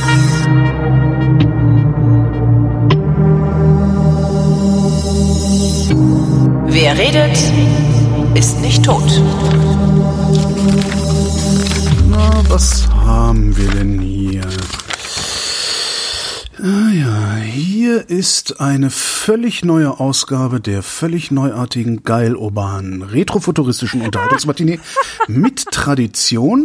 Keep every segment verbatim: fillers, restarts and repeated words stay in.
Wer redet, ist nicht tot. Na, was haben wir denn hier? Ah ja, hier ist eine völlig neue Ausgabe der völlig neuartigen, geil urbanen, retrofuturistischen Unterhaltungsmatinee mit Tradition,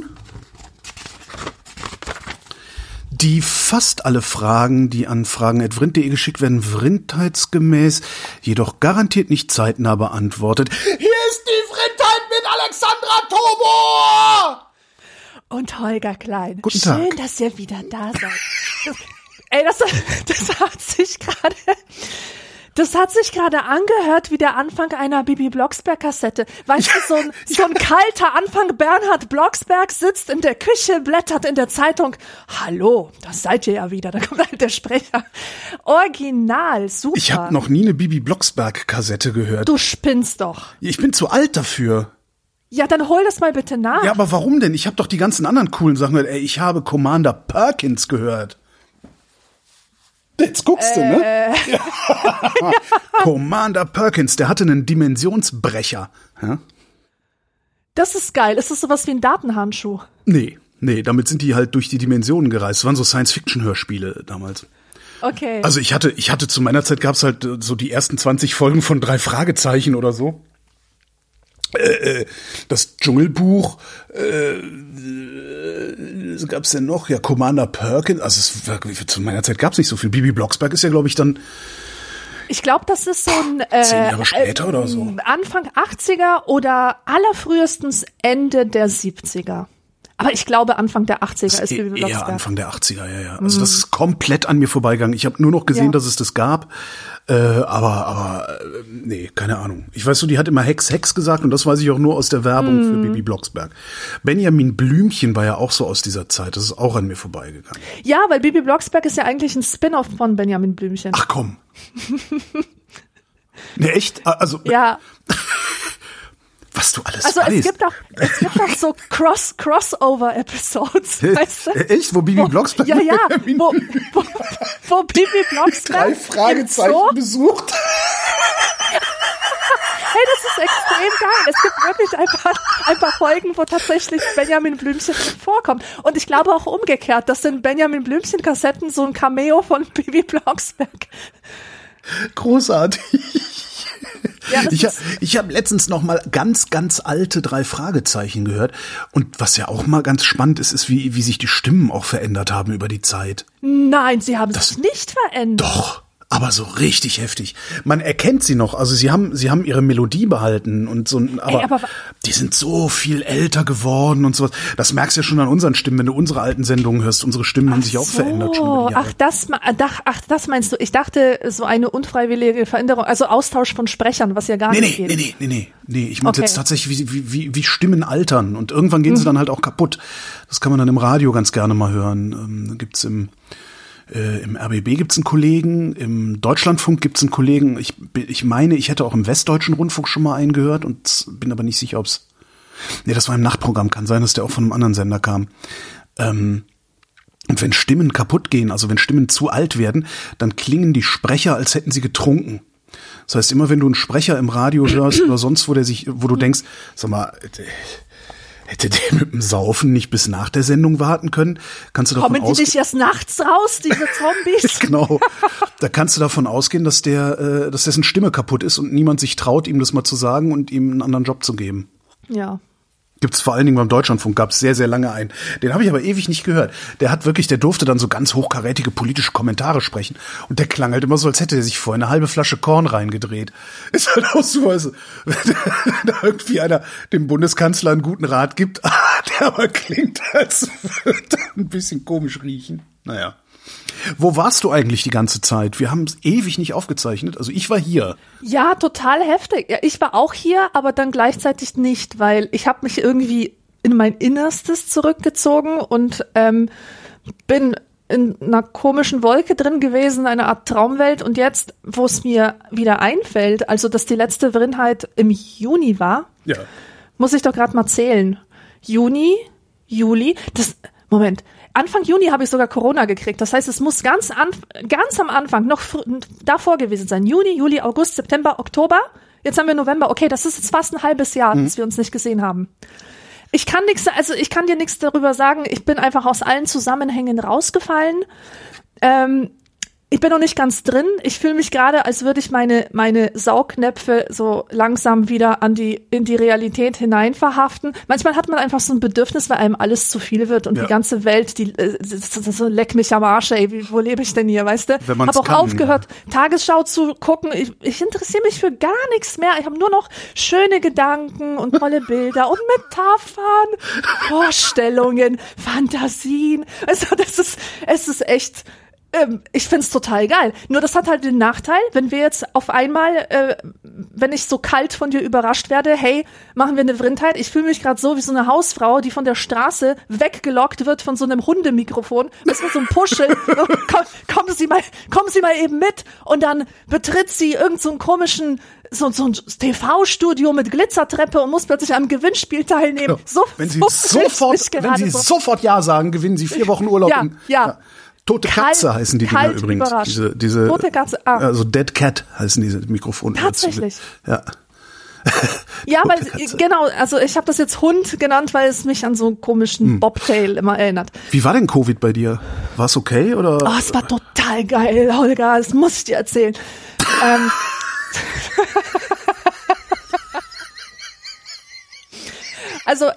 die fast alle Fragen, die an fragen at vrind punkt de geschickt werden, vrindheitsgemäß, jedoch garantiert nicht zeitnah beantwortet. Hier ist die Vrindheit mit Alexandra Tobor! Und Holger Klein. Guten Schön, Tag. dass ihr wieder da seid. Das, ey, das, das hat sich gerade, das hat sich gerade angehört wie der Anfang einer Bibi Blocksberg-Kassette. Weißt du, so ein, so ein kalter Anfang. Bernhard Blocksberg sitzt in der Küche, blättert in der Zeitung. Hallo, das seid ihr ja wieder. Da kommt halt der Sprecher. Original, super. Ich habe noch nie eine Bibi Blocksberg-Kassette gehört. Du spinnst doch. Ich bin zu alt dafür. Ja, dann hol das mal bitte nach. Ja, aber warum denn? Ich habe doch die ganzen anderen coolen Sachen gehört. Ey, ich habe Commander Perkins gehört. Jetzt guckst du, äh. ne? Ja. Commander Perkins, der hatte einen Dimensionsbrecher. Ja? Das ist geil. Ist das sowas wie ein Datenhandschuh? Nee, nee, damit sind die halt durch die Dimensionen gereist. Das waren so Science-Fiction-Hörspiele damals. Okay. Also ich hatte, ich hatte zu meiner Zeit gab's halt so die ersten zwanzig Folgen von drei Fragezeichen oder so. Äh, das Dschungelbuch, äh, was gab's denn noch? Ja, Commander Perkins, also es war, zu meiner Zeit gab's nicht so viel. Bibi Blocksberg ist ja, glaube ich, dann Ich glaube, das ist so ein äh, zehn Jahre später äh, oder so. Anfang achtziger oder allerfrühestens Ende der siebziger. Aber ich glaube, Anfang der achtziger ist e- Bibi Blocksberg. eher Anfang der achtziger, ja, ja. Also das ist komplett an mir vorbeigegangen. Ich habe nur noch gesehen, Ja. dass es das gab. Äh, aber, aber, äh, nee, keine Ahnung. Ich weiß so, die hat immer Hex, Hex gesagt und das weiß ich auch nur aus der Werbung für Bibi Blocksberg. Benjamin Blümchen war ja auch so aus dieser Zeit. Das ist auch an mir vorbeigegangen. Ja, weil Bibi Blocksberg ist ja eigentlich ein Spin-off von Benjamin Blümchen. Ach komm. Ne, echt? Also, Ja, was du alles also weißt. es gibt auch, es gibt auch so Cross, Crossover-Episodes, weißt du? Echt? Wo Bibi Wo- Blocksberg Ja, ja, Benjamin wo, wo, wo Bibi Blocksberg drei im Fragezeichen Zoo- besucht. Hey, das ist extrem geil. Es gibt wirklich ein paar, ein paar Folgen, wo tatsächlich Benjamin Blümchen vorkommt. Und ich glaube auch umgekehrt, das sind Benjamin Blümchen-Kassetten, so ein Cameo von Bibi Blocksberg. Großartig. Ja, das Ich, ha- ist- ich habe letztens noch mal ganz, ganz alte drei Fragezeichen gehört. Und was ja auch mal ganz spannend ist, ist, wie, wie sich die Stimmen auch verändert haben über die Zeit. Nein, sie haben Das- sich nicht verändert. Doch, aber so richtig heftig. Man erkennt sie noch. Also sie haben, sie haben ihre Melodie behalten und so. Aber, Ey, aber wa- die sind so viel älter geworden und sowas. Das merkst du ja schon an unseren Stimmen, wenn du unsere alten Sendungen hörst. Unsere Stimmen haben sich auch So, verändert schon über die Jahre. ach das, ma- ach, ach, das meinst du? Ich dachte, so eine unfreiwillige Veränderung, also Austausch von Sprechern, was ja gar Nee, nicht nee, geht. nee, nee, nee, nee, nee. Ich meine Okay. jetzt tatsächlich, wie, wie, wie, wie Stimmen altern. Und irgendwann gehen sie dann halt auch kaputt. Das kann man dann im Radio ganz gerne mal hören. Ähm, gibt's im, äh, im R B B gibt's einen Kollegen, im Deutschlandfunk gibt's einen Kollegen. Ich, ich meine, ich hätte auch im Westdeutschen Rundfunk schon mal einen gehört und bin aber nicht sicher, ob's, nee, das war im Nachtprogramm. Kann sein, dass der auch von einem anderen Sender kam. Ähm, Und wenn Stimmen kaputt gehen, also wenn Stimmen zu alt werden, dann klingen die Sprecher, als hätten sie getrunken. Das heißt, immer wenn du einen Sprecher im Radio hörst oder sonst wo, der sich, wo du denkst, sag mal, hätte der mit dem Saufen nicht bis nach der Sendung warten können? Kannst du davon Kommen die ausgehen? nicht erst nachts raus, diese Zombies? Genau. Da kannst du davon ausgehen, dass der, äh, dass dessen Stimme kaputt ist und niemand sich traut, ihm das mal zu sagen und ihm einen anderen Job zu geben. Ja. Gibt's vor allen Dingen beim Deutschlandfunk, gab's sehr, sehr lange einen. Den habe ich aber ewig nicht gehört. Der hat wirklich, der durfte dann so ganz hochkarätige politische Kommentare sprechen. Und der klang halt immer so, als hätte er sich vorher eine halbe Flasche Korn reingedreht. Ist halt auch so, also, wenn da irgendwie einer dem Bundeskanzler einen guten Rat gibt, der aber klingt, als würde er ein bisschen komisch riechen. Naja. Wo warst du eigentlich die ganze Zeit? Wir haben es ewig nicht aufgezeichnet. Also ich war hier. Ja, total heftig. Ja, ich war auch hier, aber dann gleichzeitig nicht, weil ich habe mich irgendwie in mein Innerstes zurückgezogen und ähm, bin in einer komischen Wolke drin gewesen, eine Art Traumwelt. Und jetzt, wo es mir wieder einfällt, also dass die letzte Vrindheit im Juni war, Ja. muss ich doch gerade mal zählen. Juni, Juli, das Moment, Anfang Juni habe ich sogar Corona gekriegt. Das heißt, es muss ganz, an, ganz am Anfang noch fr- davor gewesen sein. Juni, Juli, August, September, Oktober. Jetzt haben wir November. Okay, das ist jetzt fast ein halbes Jahr, mhm. dass wir uns nicht gesehen haben. Ich kann nichts, also ich kann dir nichts darüber sagen. Ich bin einfach aus allen Zusammenhängen rausgefallen. Ähm, Ich bin noch nicht ganz drin. Ich fühle mich gerade, als würde ich meine meine Saugnäpfe so langsam wieder an die in die Realität hinein verhaften. Manchmal hat man einfach so ein Bedürfnis, weil einem alles zu viel wird und ja. die ganze Welt, die äh, so leck mich am Arsch, ey, wie, wo lebe ich denn hier, weißt du? Habe auch kann, aufgehört, ja. Tagesschau zu gucken. Ich, ich interessiere mich für gar nichts mehr. Ich habe nur noch schöne Gedanken und tolle Bilder und Metaphern, Vorstellungen, Fantasien. Also das ist, es ist echt. Ich find's total geil. Nur das hat halt den Nachteil, wenn wir jetzt auf einmal, äh, wenn ich so kalt von dir überrascht werde, hey, machen wir eine Vrindheit. Ich fühle mich gerade so wie so eine Hausfrau, die von der Straße weggelockt wird von so einem Hundemikrofon. Das ist so ein Puschel. Komm, kommen Sie mal, kommen Sie mal eben mit. Und dann betritt sie irgend so einen komischen, so, so ein T V-Studio mit Glitzertreppe und muss plötzlich am Gewinnspiel teilnehmen. Genau. So, wenn Sie so sofort, wenn Sie so. sofort Ja sagen, gewinnen Sie vier Wochen Urlaub. Ja, in, ja. ja. Tote Katze kalt, heißen die Dinger übrigens. Diese, diese, Tote Katze, ah. Also Dead Cat heißen diese Mikrofone. Tatsächlich. Ja. Ja, weil, Katze. Genau, also ich habe das jetzt Hund genannt, weil es mich an so einen komischen hm. Bobtail immer erinnert. Wie war denn Covid bei dir? War es okay, oder? Oh, es war total geil, Holger, das muss ich dir erzählen. ähm. Also,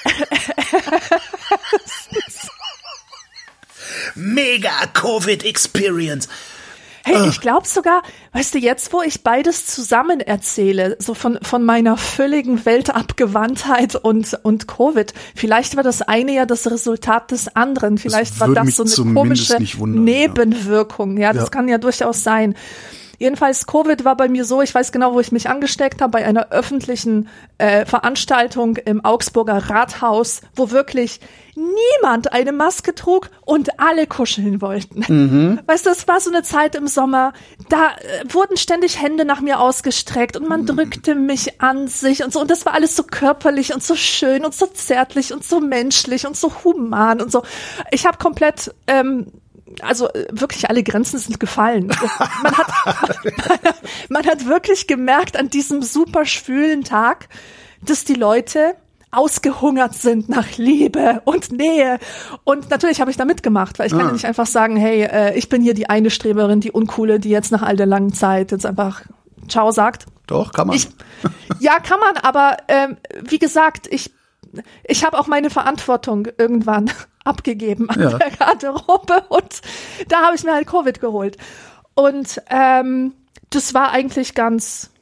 Mega Covid-Experience. Hey, uh. ich glaube sogar, weißt du, jetzt, wo ich beides zusammen erzähle, so von von meiner völligen Weltabgewandtheit und und Covid, vielleicht war das eine ja das Resultat des anderen, vielleicht das war das so eine komische wundern, Nebenwirkung, ja, ja das ja. kann ja durchaus sein. Jedenfalls, Covid war bei mir so, ich weiß genau, wo ich mich angesteckt habe, bei einer öffentlichen äh, Veranstaltung im Augsburger Rathaus, wo wirklich niemand eine Maske trug und alle kuscheln wollten. Mhm. Weißt du, es war so eine Zeit im Sommer, da äh, wurden ständig Hände nach mir ausgestreckt und man mhm. drückte mich an sich und so. Und das war alles so körperlich und so schön und so zärtlich und so menschlich und so human und so. Ich habe komplett... Ähm, Also wirklich alle Grenzen sind gefallen. Man hat, man, man hat wirklich gemerkt an diesem super schwülen Tag, dass die Leute ausgehungert sind nach Liebe und Nähe. Und natürlich habe ich da mitgemacht, weil ich kann ja nicht einfach sagen, hey, äh, ich bin hier die eine Streberin, die Uncoole, die jetzt nach all der langen Zeit jetzt einfach Ciao sagt. Doch, kann man. Ich, ja, kann man, aber ähm, wie gesagt, ich Ich habe auch meine Verantwortung irgendwann abgegeben an ja. der Garderobe und da habe ich mir halt Covid geholt. Und ähm, das war eigentlich ganz,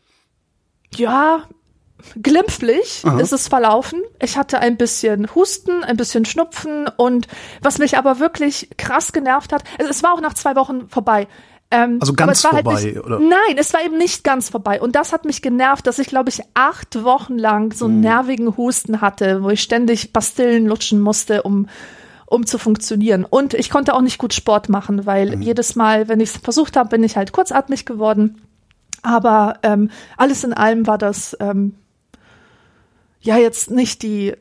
ja, glimpflich Aha. ist es verlaufen. Ich hatte ein bisschen Husten, ein bisschen Schnupfen und was mich aber wirklich krass genervt hat, es, es war auch nach zwei Wochen vorbei. Ähm, also ganz vorbei, halt nicht, oder? Nein, es war eben nicht ganz vorbei. Und das hat mich genervt, dass ich, glaube ich, acht Wochen lang so einen hm. nervigen Husten hatte, wo ich ständig Pastillen lutschen musste, um um zu funktionieren. Und ich konnte auch nicht gut Sport machen, weil hm. jedes Mal, wenn ich es versucht habe, bin ich halt kurzatmig geworden. Aber ähm, alles in allem war das ähm, ja jetzt nicht die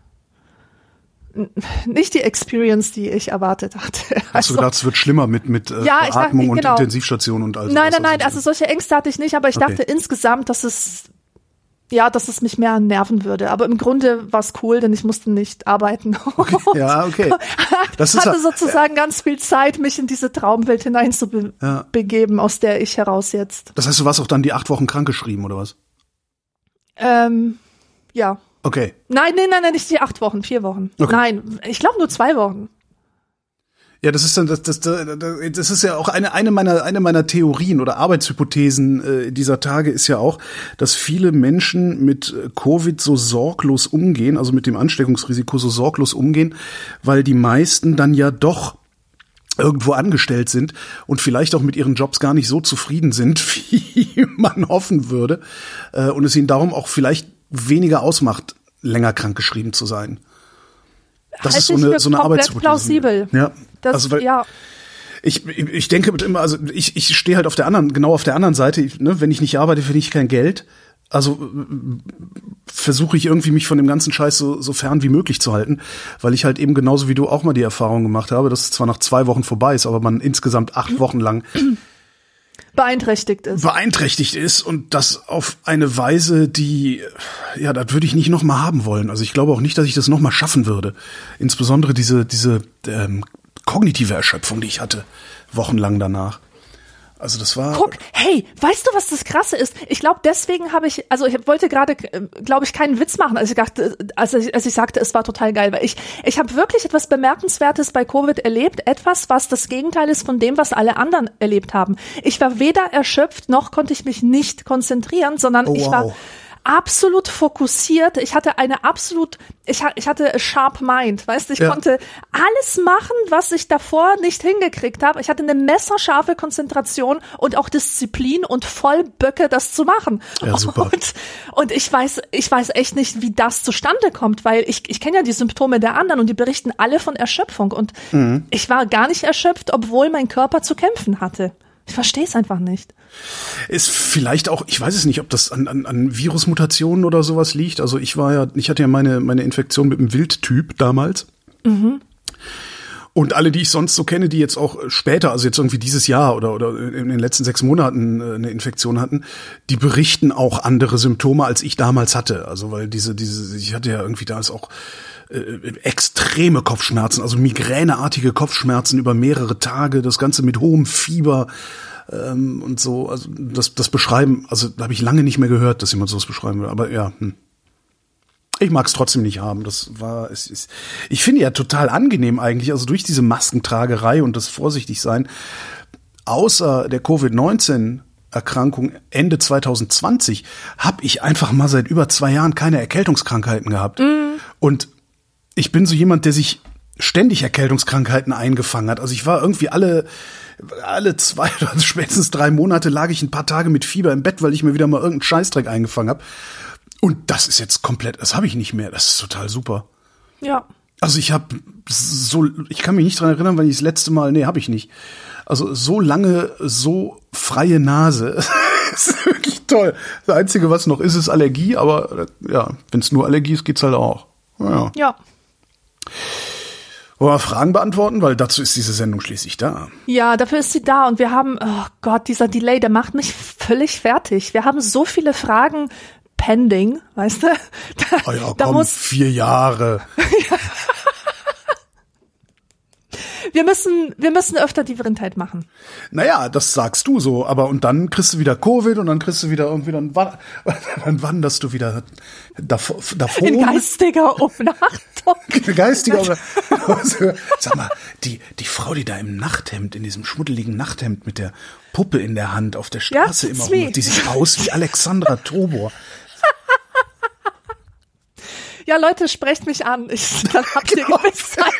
nicht die Experience, die ich erwartet hatte. Hast also, du gedacht, es wird schlimmer mit, mit äh, ja, Beatmung dachte, genau. und Intensivstation und all so? Nein, nein, nein, also solche Ängste hatte ich nicht, aber ich okay. dachte insgesamt, dass es ja, dass es mich mehr nerven würde. Aber im Grunde war es cool, denn ich musste nicht arbeiten. Okay. Ja, okay. Das ist hatte ja, sozusagen ja. ganz viel Zeit, mich in diese Traumwelt hineinzubegeben, ja. aus der ich heraus jetzt. Das heißt, du warst auch dann die acht Wochen krankgeschrieben, oder was? Ähm, ja. Okay. Nein, nein, nein, nicht die acht Wochen, vier Wochen. Okay. Nein, ich glaube nur zwei Wochen. Ja, das ist dann das, das, das, das ist ja auch eine eine meiner eine meiner Theorien oder Arbeitshypothesen äh, dieser Tage ist ja auch, dass viele Menschen mit Covid so sorglos umgehen, also mit dem Ansteckungsrisiko so sorglos umgehen, weil die meisten dann ja doch irgendwo angestellt sind und vielleicht auch mit ihren Jobs gar nicht so zufrieden sind, wie man hoffen würde, äh, und es ihnen darum auch vielleicht weniger ausmacht, länger krankgeschrieben zu sein. Das halt ist so eine, so eine Arbeitshypothese. Plausibel. Ja. Das, also, weil ja. Ich, ich denke immer, also ich, ich stehe halt auf der anderen, genau auf der anderen Seite. Ich, ne, wenn ich nicht arbeite, verdiene ich kein Geld. Also versuche ich irgendwie mich von dem ganzen Scheiß so, so fern wie möglich zu halten, weil ich halt eben genauso wie du auch mal die Erfahrung gemacht habe, dass es zwar nach zwei Wochen vorbei ist, aber man insgesamt acht Wochen lang beeinträchtigt ist. Beeinträchtigt ist und das auf eine Weise, die, ja, das würde ich nicht noch mal haben wollen. Also ich glaube auch nicht, dass ich das noch mal schaffen würde. Insbesondere diese, diese ähm, kognitive Erschöpfung, die ich hatte, wochenlang danach. Also das war. Guck, hey, weißt du, was das Krasse ist? Ich glaube, deswegen habe ich, also ich wollte gerade, glaube ich, keinen Witz machen, als ich dachte, als ich, als ich sagte, es war total geil, weil ich, ich habe wirklich etwas Bemerkenswertes bei Covid erlebt, etwas, was das Gegenteil ist von dem, was alle anderen erlebt haben. Ich war weder erschöpft, noch konnte ich mich nicht konzentrieren, sondern oh, ich wow. war absolut fokussiert. Ich hatte eine absolut, ich, ich hatte a sharp mind, weißt du, ich ja. konnte alles machen, was ich davor nicht hingekriegt habe. Ich hatte eine messerscharfe Konzentration und auch Disziplin und voll Böcke, das zu machen. Ja, super. Und, und ich weiß, ich weiß echt nicht, wie das zustande kommt, weil ich, ich kenne ja die Symptome der anderen und die berichten alle von Erschöpfung und mhm. ich war gar nicht erschöpft, obwohl mein Körper zu kämpfen hatte. Ich verstehe es einfach nicht. Ist vielleicht auch, ich weiß es nicht, ob das an, an, an Virusmutationen oder sowas liegt. Also ich war ja, ich hatte ja meine, meine Infektion mit dem Wildtyp damals. Mhm. Und alle, die ich sonst so kenne, die jetzt auch später, also jetzt irgendwie dieses Jahr oder, oder in den letzten sechs Monaten eine Infektion hatten, die berichten auch andere Symptome, als ich damals hatte. Also weil diese, diese, ich hatte ja irgendwie damals auch äh, extreme Kopfschmerzen, also migräneartige Kopfschmerzen über mehrere Tage, das Ganze mit hohem Fieber ähm, und so. Also das, das Beschreiben, also da habe ich lange nicht mehr gehört, dass jemand sowas beschreiben will. Aber ja, hm. Ich mag es trotzdem nicht haben. Das war, es ist, ich finde ja total angenehm eigentlich, also durch diese Maskentragerei und das Vorsichtigsein, außer der Covid neunzehn Erkrankung Ende zwanzig zwanzig, habe ich einfach mal seit über zwei Jahren keine Erkältungskrankheiten gehabt. Mm. Und ich bin so jemand, der sich ständig Erkältungskrankheiten eingefangen hat. Also ich war irgendwie alle alle zwei oder spätestens drei Monate lag ich ein paar Tage mit Fieber im Bett, weil ich mir wieder mal irgendeinen Scheißdreck eingefangen habe. Und das ist jetzt komplett, das habe ich nicht mehr. Das ist total super. Ja. Also ich habe so, ich kann mich nicht dran erinnern, weil ich das letzte Mal, nee, habe ich nicht. Also so lange, so freie Nase. Das ist wirklich toll. Das Einzige, was noch ist, ist Allergie. Aber ja, wenn es nur Allergie ist, geht's halt auch. Ja. Ja. Wollen wir Fragen beantworten? Weil dazu ist diese Sendung schließlich da. Ja, dafür ist sie da. Und wir haben, oh Gott, dieser Delay, der macht mich völlig fertig. Wir haben so viele Fragen pending, weißt du? Da, oh ja, da komm, muss vier Jahre. Wir müssen, wir müssen öfter die Vrindheit machen. Naja, das sagst du so, aber und dann kriegst du wieder Covid und dann kriegst du wieder irgendwie, dann, dann wanderst du wieder davor. davor. In geistiger Umnachtung. Geistiger Umnachtung. Sag mal, die, die Frau, die da im Nachthemd, in diesem schmuddeligen Nachthemd mit der Puppe in der Hand auf der Straße ja, immer rum, die sieht aus wie Alexandra Tobor. Ja, Leute, sprecht mich an. Ich, dann habt ihr genau. Gewissheit.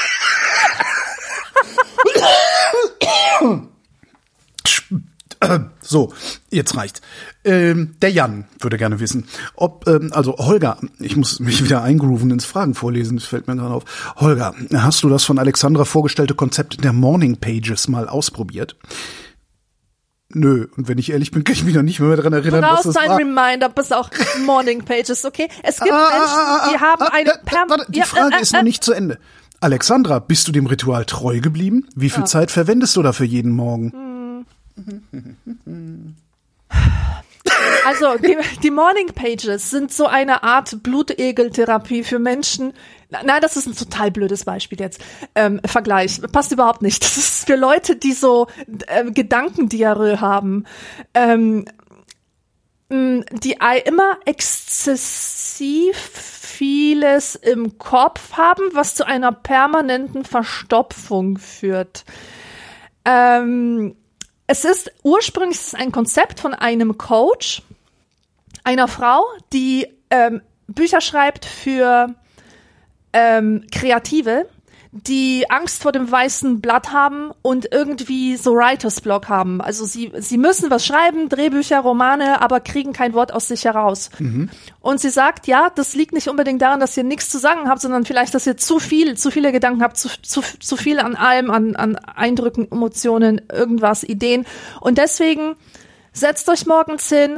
So, jetzt reicht's. Ähm, der Jan würde gerne wissen, ob, ähm, also Holger, ich muss mich wieder eingrooven ins Fragen vorlesen, das fällt mir gerade auf. Holger, hast du das von Alexandra vorgestellte Konzept der Morning Pages mal ausprobiert? Nö, und wenn ich ehrlich bin, kann ich mich noch nicht mehr daran erinnern, was das war. Du brauchst ein Reminder, bis auch Morning Pages, okay? Es gibt ah, Menschen, die ah, haben ah, eine... ah, Perm- warte, die ja, Frage äh, ist äh, noch nicht zu Ende. Alexandra, bist du dem Ritual treu geblieben? Wie viel ja. Zeit verwendest du dafür jeden Morgen? Also, die, die Morning Pages sind so eine Art Blutegeltherapie für Menschen. Nein, das ist ein total blödes Beispiel jetzt. Ähm, Vergleich. Passt überhaupt nicht. Das ist für Leute, die so äh, Gedankendiarrhoe haben. Ähm, die immer exzessiv vieles im Kopf haben, was zu einer permanenten Verstopfung führt. Ähm, es ist ursprünglich es ist ein Konzept von einem Coach, einer Frau, die ähm, Bücher schreibt für ähm, Kreative, die Angst vor dem weißen Blatt haben und irgendwie so Writers Block haben. Also sie sie müssen was schreiben, Drehbücher, Romane, aber kriegen kein Wort aus sich heraus. Mhm. Und sie sagt, ja, das liegt nicht unbedingt daran, dass ihr nichts zu sagen habt, sondern vielleicht, dass ihr zu viel, zu viele Gedanken habt, zu zu, zu viel an allem, an an Eindrücken, Emotionen, irgendwas, Ideen. Und deswegen setzt euch morgens hin,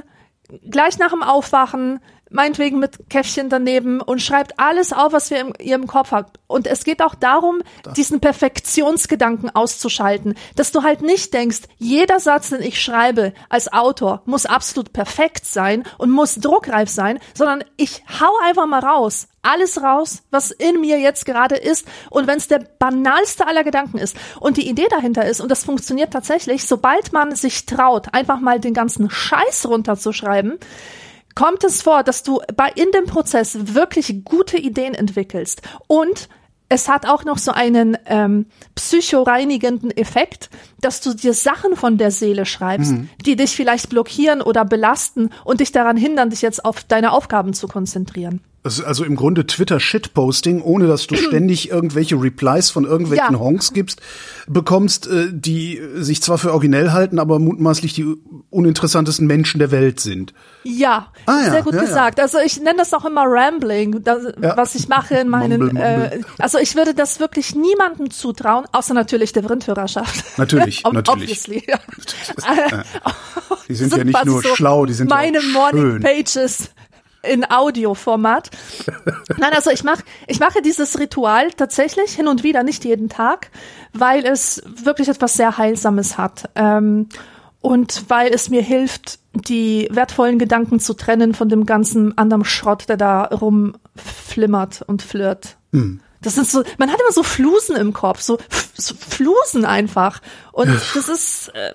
gleich nach dem Aufwachen, meinetwegen mit Käffchen daneben und schreibt alles auf, was ihr im, ihr im Kopf habt. Und es geht auch darum, das. diesen Perfektionsgedanken auszuschalten, dass du halt nicht denkst, jeder Satz, den ich schreibe als Autor, muss absolut perfekt sein und muss druckreif sein, sondern ich hau einfach mal raus. Alles raus, was in mir jetzt gerade ist. Und wenn es der banalste aller Gedanken ist und die Idee dahinter ist, und das funktioniert tatsächlich, sobald man sich traut, einfach mal den ganzen Scheiß runterzuschreiben, kommt es vor, dass du bei in dem Prozess wirklich gute Ideen entwickelst. Und es hat auch noch so einen ähm, psychoreinigenden Effekt, dass du dir Sachen von der Seele schreibst, mhm. die dich vielleicht blockieren oder belasten und dich daran hindern, dich jetzt auf deine Aufgaben zu konzentrieren. Das ist also im Grunde Twitter-Shitposting, ohne dass du ständig irgendwelche Replies von irgendwelchen ja. Honks gibst, bekommst, die sich zwar für originell halten, aber mutmaßlich die uninteressantesten Menschen der Welt sind. Ja, ah, ja. sehr gut ja, gesagt. Ja. Also ich nenne das auch immer Rambling, das, ja. was ich mache in meinen, Mumble, Mumble. Äh, also ich würde das wirklich niemandem zutrauen, außer natürlich der Rindhörerschaft. Natürlich, natürlich. Obviously, ja. ja. Die sind, sind ja nicht nur so schlau, die sind meine ja auch Morning schön. Pages in Audioformat. Nein, also ich mache ich mache dieses Ritual tatsächlich hin und wieder, nicht jeden Tag, weil es wirklich etwas sehr Heilsames hat. Ähm, und weil es mir hilft, die wertvollen Gedanken zu trennen von dem ganzen anderen Schrott, der da rumflimmert und flirt. Hm. Das sind so, man hat immer so Flusen im Kopf, so, so Flusen einfach. Und das ist äh,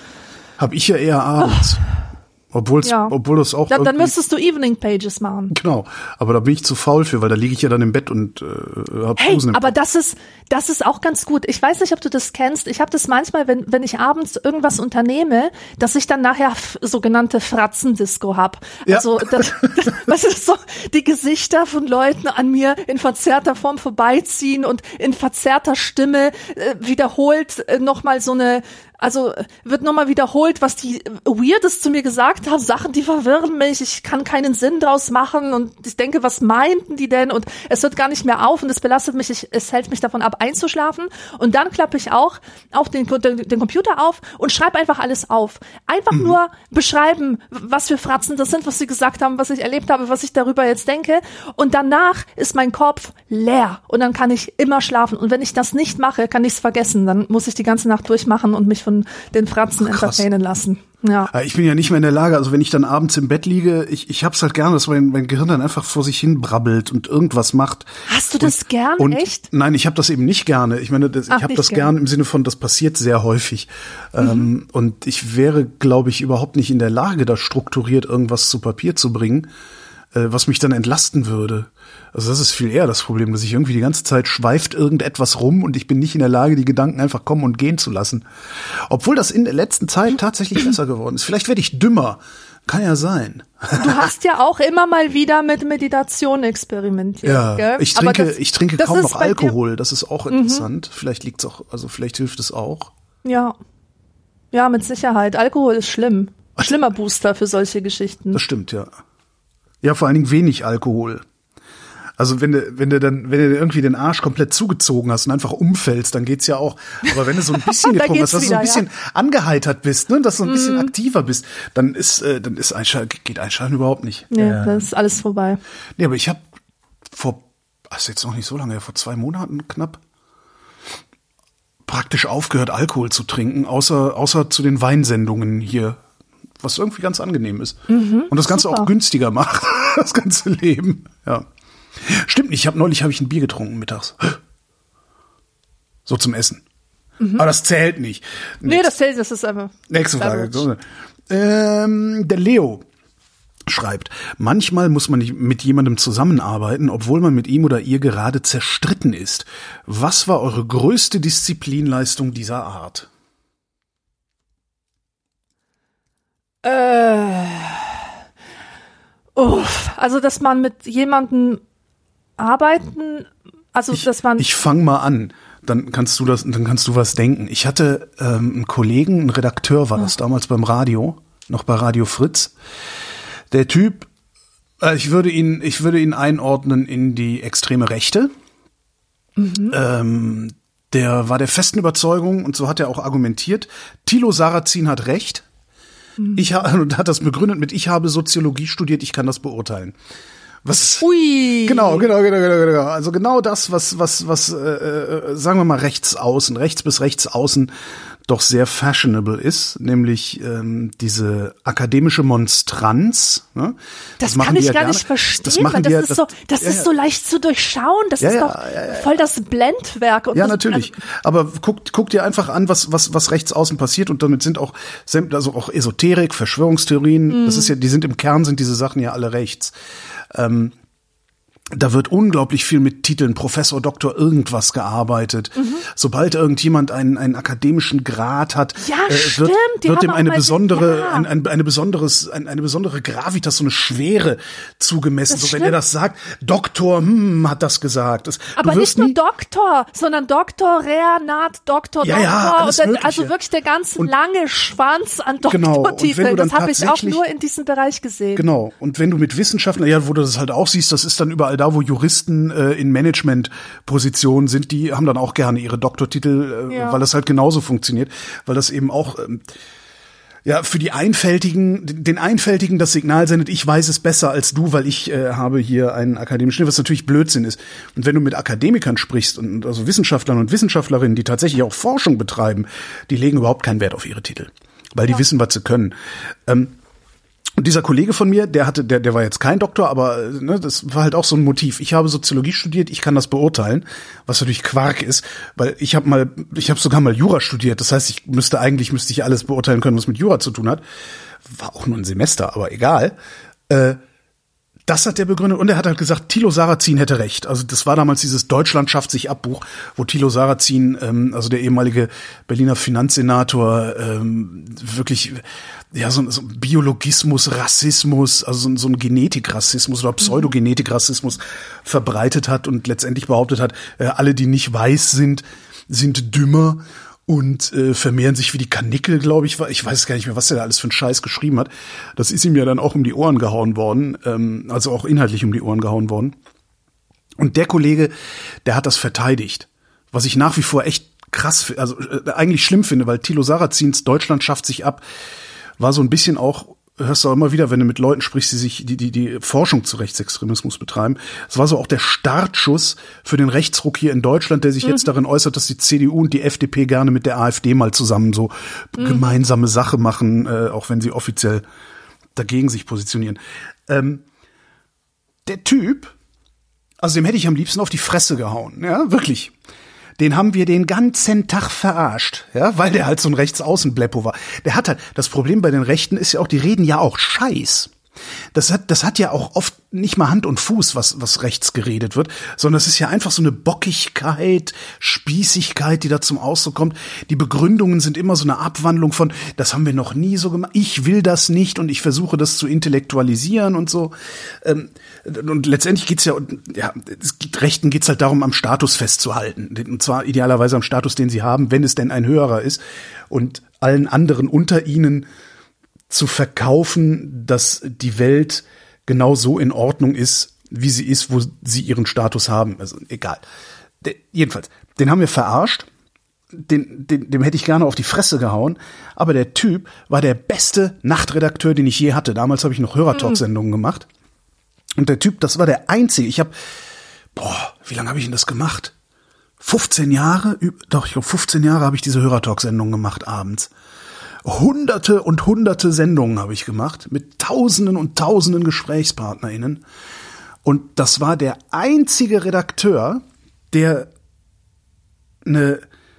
hab ich ja eher abends. Oh. Obwohl's, ja. obwohl das auch. Da, dann müsstest du Evening Pages machen. Genau, aber da bin ich zu faul für, weil da liege ich ja dann im Bett und äh, hab hey, Flusen im aber Kopf. das ist, das ist auch ganz gut. Ich weiß nicht, ob du das kennst. Ich habe das manchmal, wenn, wenn ich abends irgendwas unternehme, dass ich dann nachher f- sogenannte Fratzendisco hab. Ja. Also, das, das, was ist so, die Gesichter von Leuten an mir in verzerrter Form vorbeiziehen und in verzerrter Stimme äh, wiederholt äh, nochmal so eine, also wird nochmal wiederholt, was die Weirdes zu mir gesagt haben, Sachen, die verwirren mich, ich kann keinen Sinn draus machen und ich denke, was meinten die denn? Und es hört gar nicht mehr auf und es belastet mich, ich, es hält mich davon ab, einzuschlafen. Und dann klappe ich auch auf den, den, den Computer auf und schreibe einfach alles auf. Einfach mhm. nur beschreiben, was für Fratzen das sind, was sie gesagt haben, was ich erlebt habe, was ich darüber jetzt denke. Und danach ist mein Kopf leer und dann kann ich immer schlafen. Und wenn ich das nicht mache, kann ich es vergessen. Dann muss ich die ganze Nacht durchmachen und mich von den Fratzen entertainen lassen. Ja. Ich bin ja nicht mehr in der Lage, also wenn ich dann abends im Bett liege, ich, ich hab's halt gerne, dass mein, mein Gehirn dann einfach vor sich hin brabbelt und irgendwas macht. Hast du das und, gern, und, echt? Nein, ich habe das eben nicht gerne. Ich meine, das, Ach, ich habe das gern im Sinne von, das passiert sehr häufig. Mhm. Ähm, und ich wäre, glaube ich, überhaupt nicht in der Lage, da strukturiert irgendwas zu Papier zu bringen, äh, was mich dann entlasten würde. Also das ist viel eher das Problem, dass ich irgendwie die ganze Zeit schweift irgendetwas rum und ich bin nicht in der Lage, die Gedanken einfach kommen und gehen zu lassen. Obwohl das in der letzten Zeit tatsächlich besser geworden ist. Vielleicht werde ich dümmer. Kann ja sein. Du hast ja auch immer mal wieder mit Meditation experimentiert. Ja, gell? ich trinke, das, ich trinke kaum noch Alkohol. Das ist auch interessant. Mhm. Vielleicht liegt's auch, also vielleicht hilft es auch. Ja. Ja, mit Sicherheit. Alkohol ist schlimm. Schlimmer Booster für solche Geschichten. Das stimmt, ja. Ja, vor allen Dingen wenig Alkohol. Also wenn du, wenn du dann, wenn du irgendwie den Arsch komplett zugezogen hast und einfach umfällst, dann geht's ja auch. Aber wenn du so ein bisschen getrunken hast, dass du so ein bisschen ja. angeheitert bist, ne, dass du so ein bisschen mm. aktiver bist, dann ist, äh, dann ist Einschalten, geht Einschalten überhaupt nicht. Nee, äh, das ist alles vorbei. Nee, aber ich habe vor, das ist jetzt noch nicht so lange, vor zwei Monaten knapp, praktisch aufgehört, Alkohol zu trinken, außer, außer zu den Weinsendungen hier, was irgendwie ganz angenehm ist. Mhm, und das Ganze super. Auch günstiger macht, das ganze Leben, ja. Stimmt nicht, ich habe neulich hab ich ein Bier getrunken mittags. So zum Essen. Mhm. Aber das zählt nicht. Nee, das zählt, das ist einfach. Nächste Frage. Ähm, der Leo schreibt, manchmal muss man mit jemandem zusammenarbeiten, obwohl man mit ihm oder ihr gerade zerstritten ist. Was war eure größte Disziplinleistung dieser Art? Äh, uff, also, dass man mit jemandem arbeiten, also ich, dass man. Ich fang mal an, dann kannst du das, dann kannst du was denken. Ich hatte ähm, einen Kollegen, ein Redakteur war das damals beim Radio, noch bei Radio Fritz. Der Typ, äh, ich würde ihn, ich würde ihn einordnen in die extreme Rechte. Mhm. Ähm, der war der festen Überzeugung und so hat er auch argumentiert. Thilo Sarrazin hat recht. Hm. Ich ha- und hat das begründet mit, ich habe Soziologie studiert, ich kann das beurteilen. Was? Ui. Genau, genau, genau, genau, genau. Also genau das, was, was, was, äh, sagen wir mal rechts außen, rechts bis rechts außen doch sehr fashionable ist, nämlich ähm, diese akademische Monstranz. Ne? Das, das kann ich ja gar gerne. nicht verstehen, das machen weil das die ja, ist so, das ja, ist ja. so leicht zu durchschauen. Das Ja, ist ja, doch ja, ja. voll das Blendwerk. Und Ja, das, natürlich. Also, aber guck, guck dir einfach an, was, was, was rechts außen passiert, und damit sind auch, also auch Esoterik, Verschwörungstheorien, mm. das ist ja, die sind im Kern, sind diese Sachen ja alle rechts. Ähm, Da wird unglaublich viel mit Titeln Professor, Doktor, irgendwas gearbeitet. Mhm. Sobald irgendjemand einen, einen akademischen Grad hat, ja, äh, stimmt, wird, wird ihm eine besondere, ja. ein, ein, eine besonderes, ein, eine besondere Gravitas, so eine Schwere zugemessen. So, wenn er das sagt, Doktor, hm, hat das gesagt. Das, aber nicht nur Doktor, sondern Doktor, Reanat, Doktor, ja, Doktor. ja, alles und dann, Mögliche. also wirklich der ganze und, lange Schwanz an genau, Doktortiteln. Das habe ich auch nur in diesem Bereich gesehen. Genau. Und wenn du mit Wissenschaftlern, ja, wo du das halt auch siehst, das ist dann überall da, wo Juristen äh, in Managementpositionen sind, die haben dann auch gerne ihre Doktortitel, äh, ja. weil das halt genauso funktioniert, weil das eben auch ähm, ja für die Einfältigen, den Einfältigen das Signal sendet, ich weiß es besser als du, weil ich äh, habe hier einen akademischen, was natürlich Blödsinn ist. Und wenn du mit Akademikern sprichst und also Wissenschaftlern und Wissenschaftlerinnen, die tatsächlich auch Forschung betreiben, die legen überhaupt keinen Wert auf ihre Titel, weil die ja. wissen, was sie können. Ähm, Und dieser Kollege von mir, der hatte, der, der war jetzt kein Doktor, aber ne, das war halt auch so ein Motiv. Ich habe Soziologie studiert, ich kann das beurteilen, was natürlich Quark ist, weil ich habe mal, ich habe sogar mal Jura studiert. Das heißt, ich müsste eigentlich müsste ich alles beurteilen können, was mit Jura zu tun hat. War auch nur ein Semester, aber egal. Äh, Das hat der begründet, und er hat halt gesagt, Thilo Sarrazin hätte recht. Also das war damals dieses Deutschland schafft sich ab Buch, wo Thilo Sarrazin, ähm, also der ehemalige Berliner Finanzsenator, ähm, wirklich ja so, so Biologismus, Rassismus, also so, so ein Genetikrassismus oder Pseudogenetikrassismus verbreitet hat und letztendlich behauptet hat, äh, alle, die nicht weiß sind, sind dümmer und äh, vermehren sich wie die Karnickel, glaube ich. Ich weiß gar nicht mehr, was der da alles für einen Scheiß geschrieben hat. Das ist ihm ja dann auch um die Ohren gehauen worden, ähm, also auch inhaltlich um die Ohren gehauen worden. Und der Kollege, der hat das verteidigt, was ich nach wie vor echt krass, also äh, eigentlich schlimm finde, weil Thilo Sarrazins Deutschland schafft sich ab, war so ein bisschen auch, hörst du auch immer wieder, wenn du mit Leuten sprichst, die sich die die die Forschung zu Rechtsextremismus betreiben. Es war so auch der Startschuss für den Rechtsruck hier in Deutschland, der sich mhm. jetzt darin äußert, dass die C D U und die F D P gerne mit der AfD mal zusammen so mhm. gemeinsame Sache machen, äh, auch wenn sie offiziell dagegen sich positionieren. Ähm, der Typ, also dem hätte ich am liebsten auf die Fresse gehauen, ja, wirklich. Den haben wir den ganzen Tag verarscht, ja, weil der halt so ein Rechtsaußen-Bleppo war. Der hat halt, das Problem bei den Rechten ist ja auch, die reden ja auch Scheiß. Das hat, das hat ja auch oft nicht mal Hand und Fuß, was, was rechts geredet wird, sondern es ist ja einfach so eine Bockigkeit, Spießigkeit, die da zum Ausdruck kommt. Die Begründungen sind immer so eine Abwandlung von, das haben wir noch nie so gemacht, ich will das nicht und ich versuche das zu intellektualisieren und so. Und letztendlich geht's ja, ja, es gibt, Rechten geht's halt darum, am Status festzuhalten. Und zwar idealerweise am Status, den sie haben, wenn es denn ein höherer ist. Und allen anderen unter ihnen zu verkaufen, dass die Welt genau so in Ordnung ist, wie sie ist, wo sie ihren Status haben. Also egal. De, jedenfalls, den haben wir verarscht. Den, den, dem hätte ich gerne auf die Fresse gehauen. Aber der Typ war der beste Nachtredakteur, den ich je hatte. Damals habe ich noch Hörertalk-Sendungen gemacht. Und der Typ, das war der einzige. Ich habe, boah, wie lange habe ich denn das gemacht? fünfzehn Jahre? Doch, ich glaube, fünfzehn Jahre habe ich diese Hörertalk-Sendungen gemacht abends. Hunderte und hunderte Sendungen habe ich gemacht mit Tausenden und Tausenden GesprächspartnerInnen. Und das war der einzige Redakteur, der eine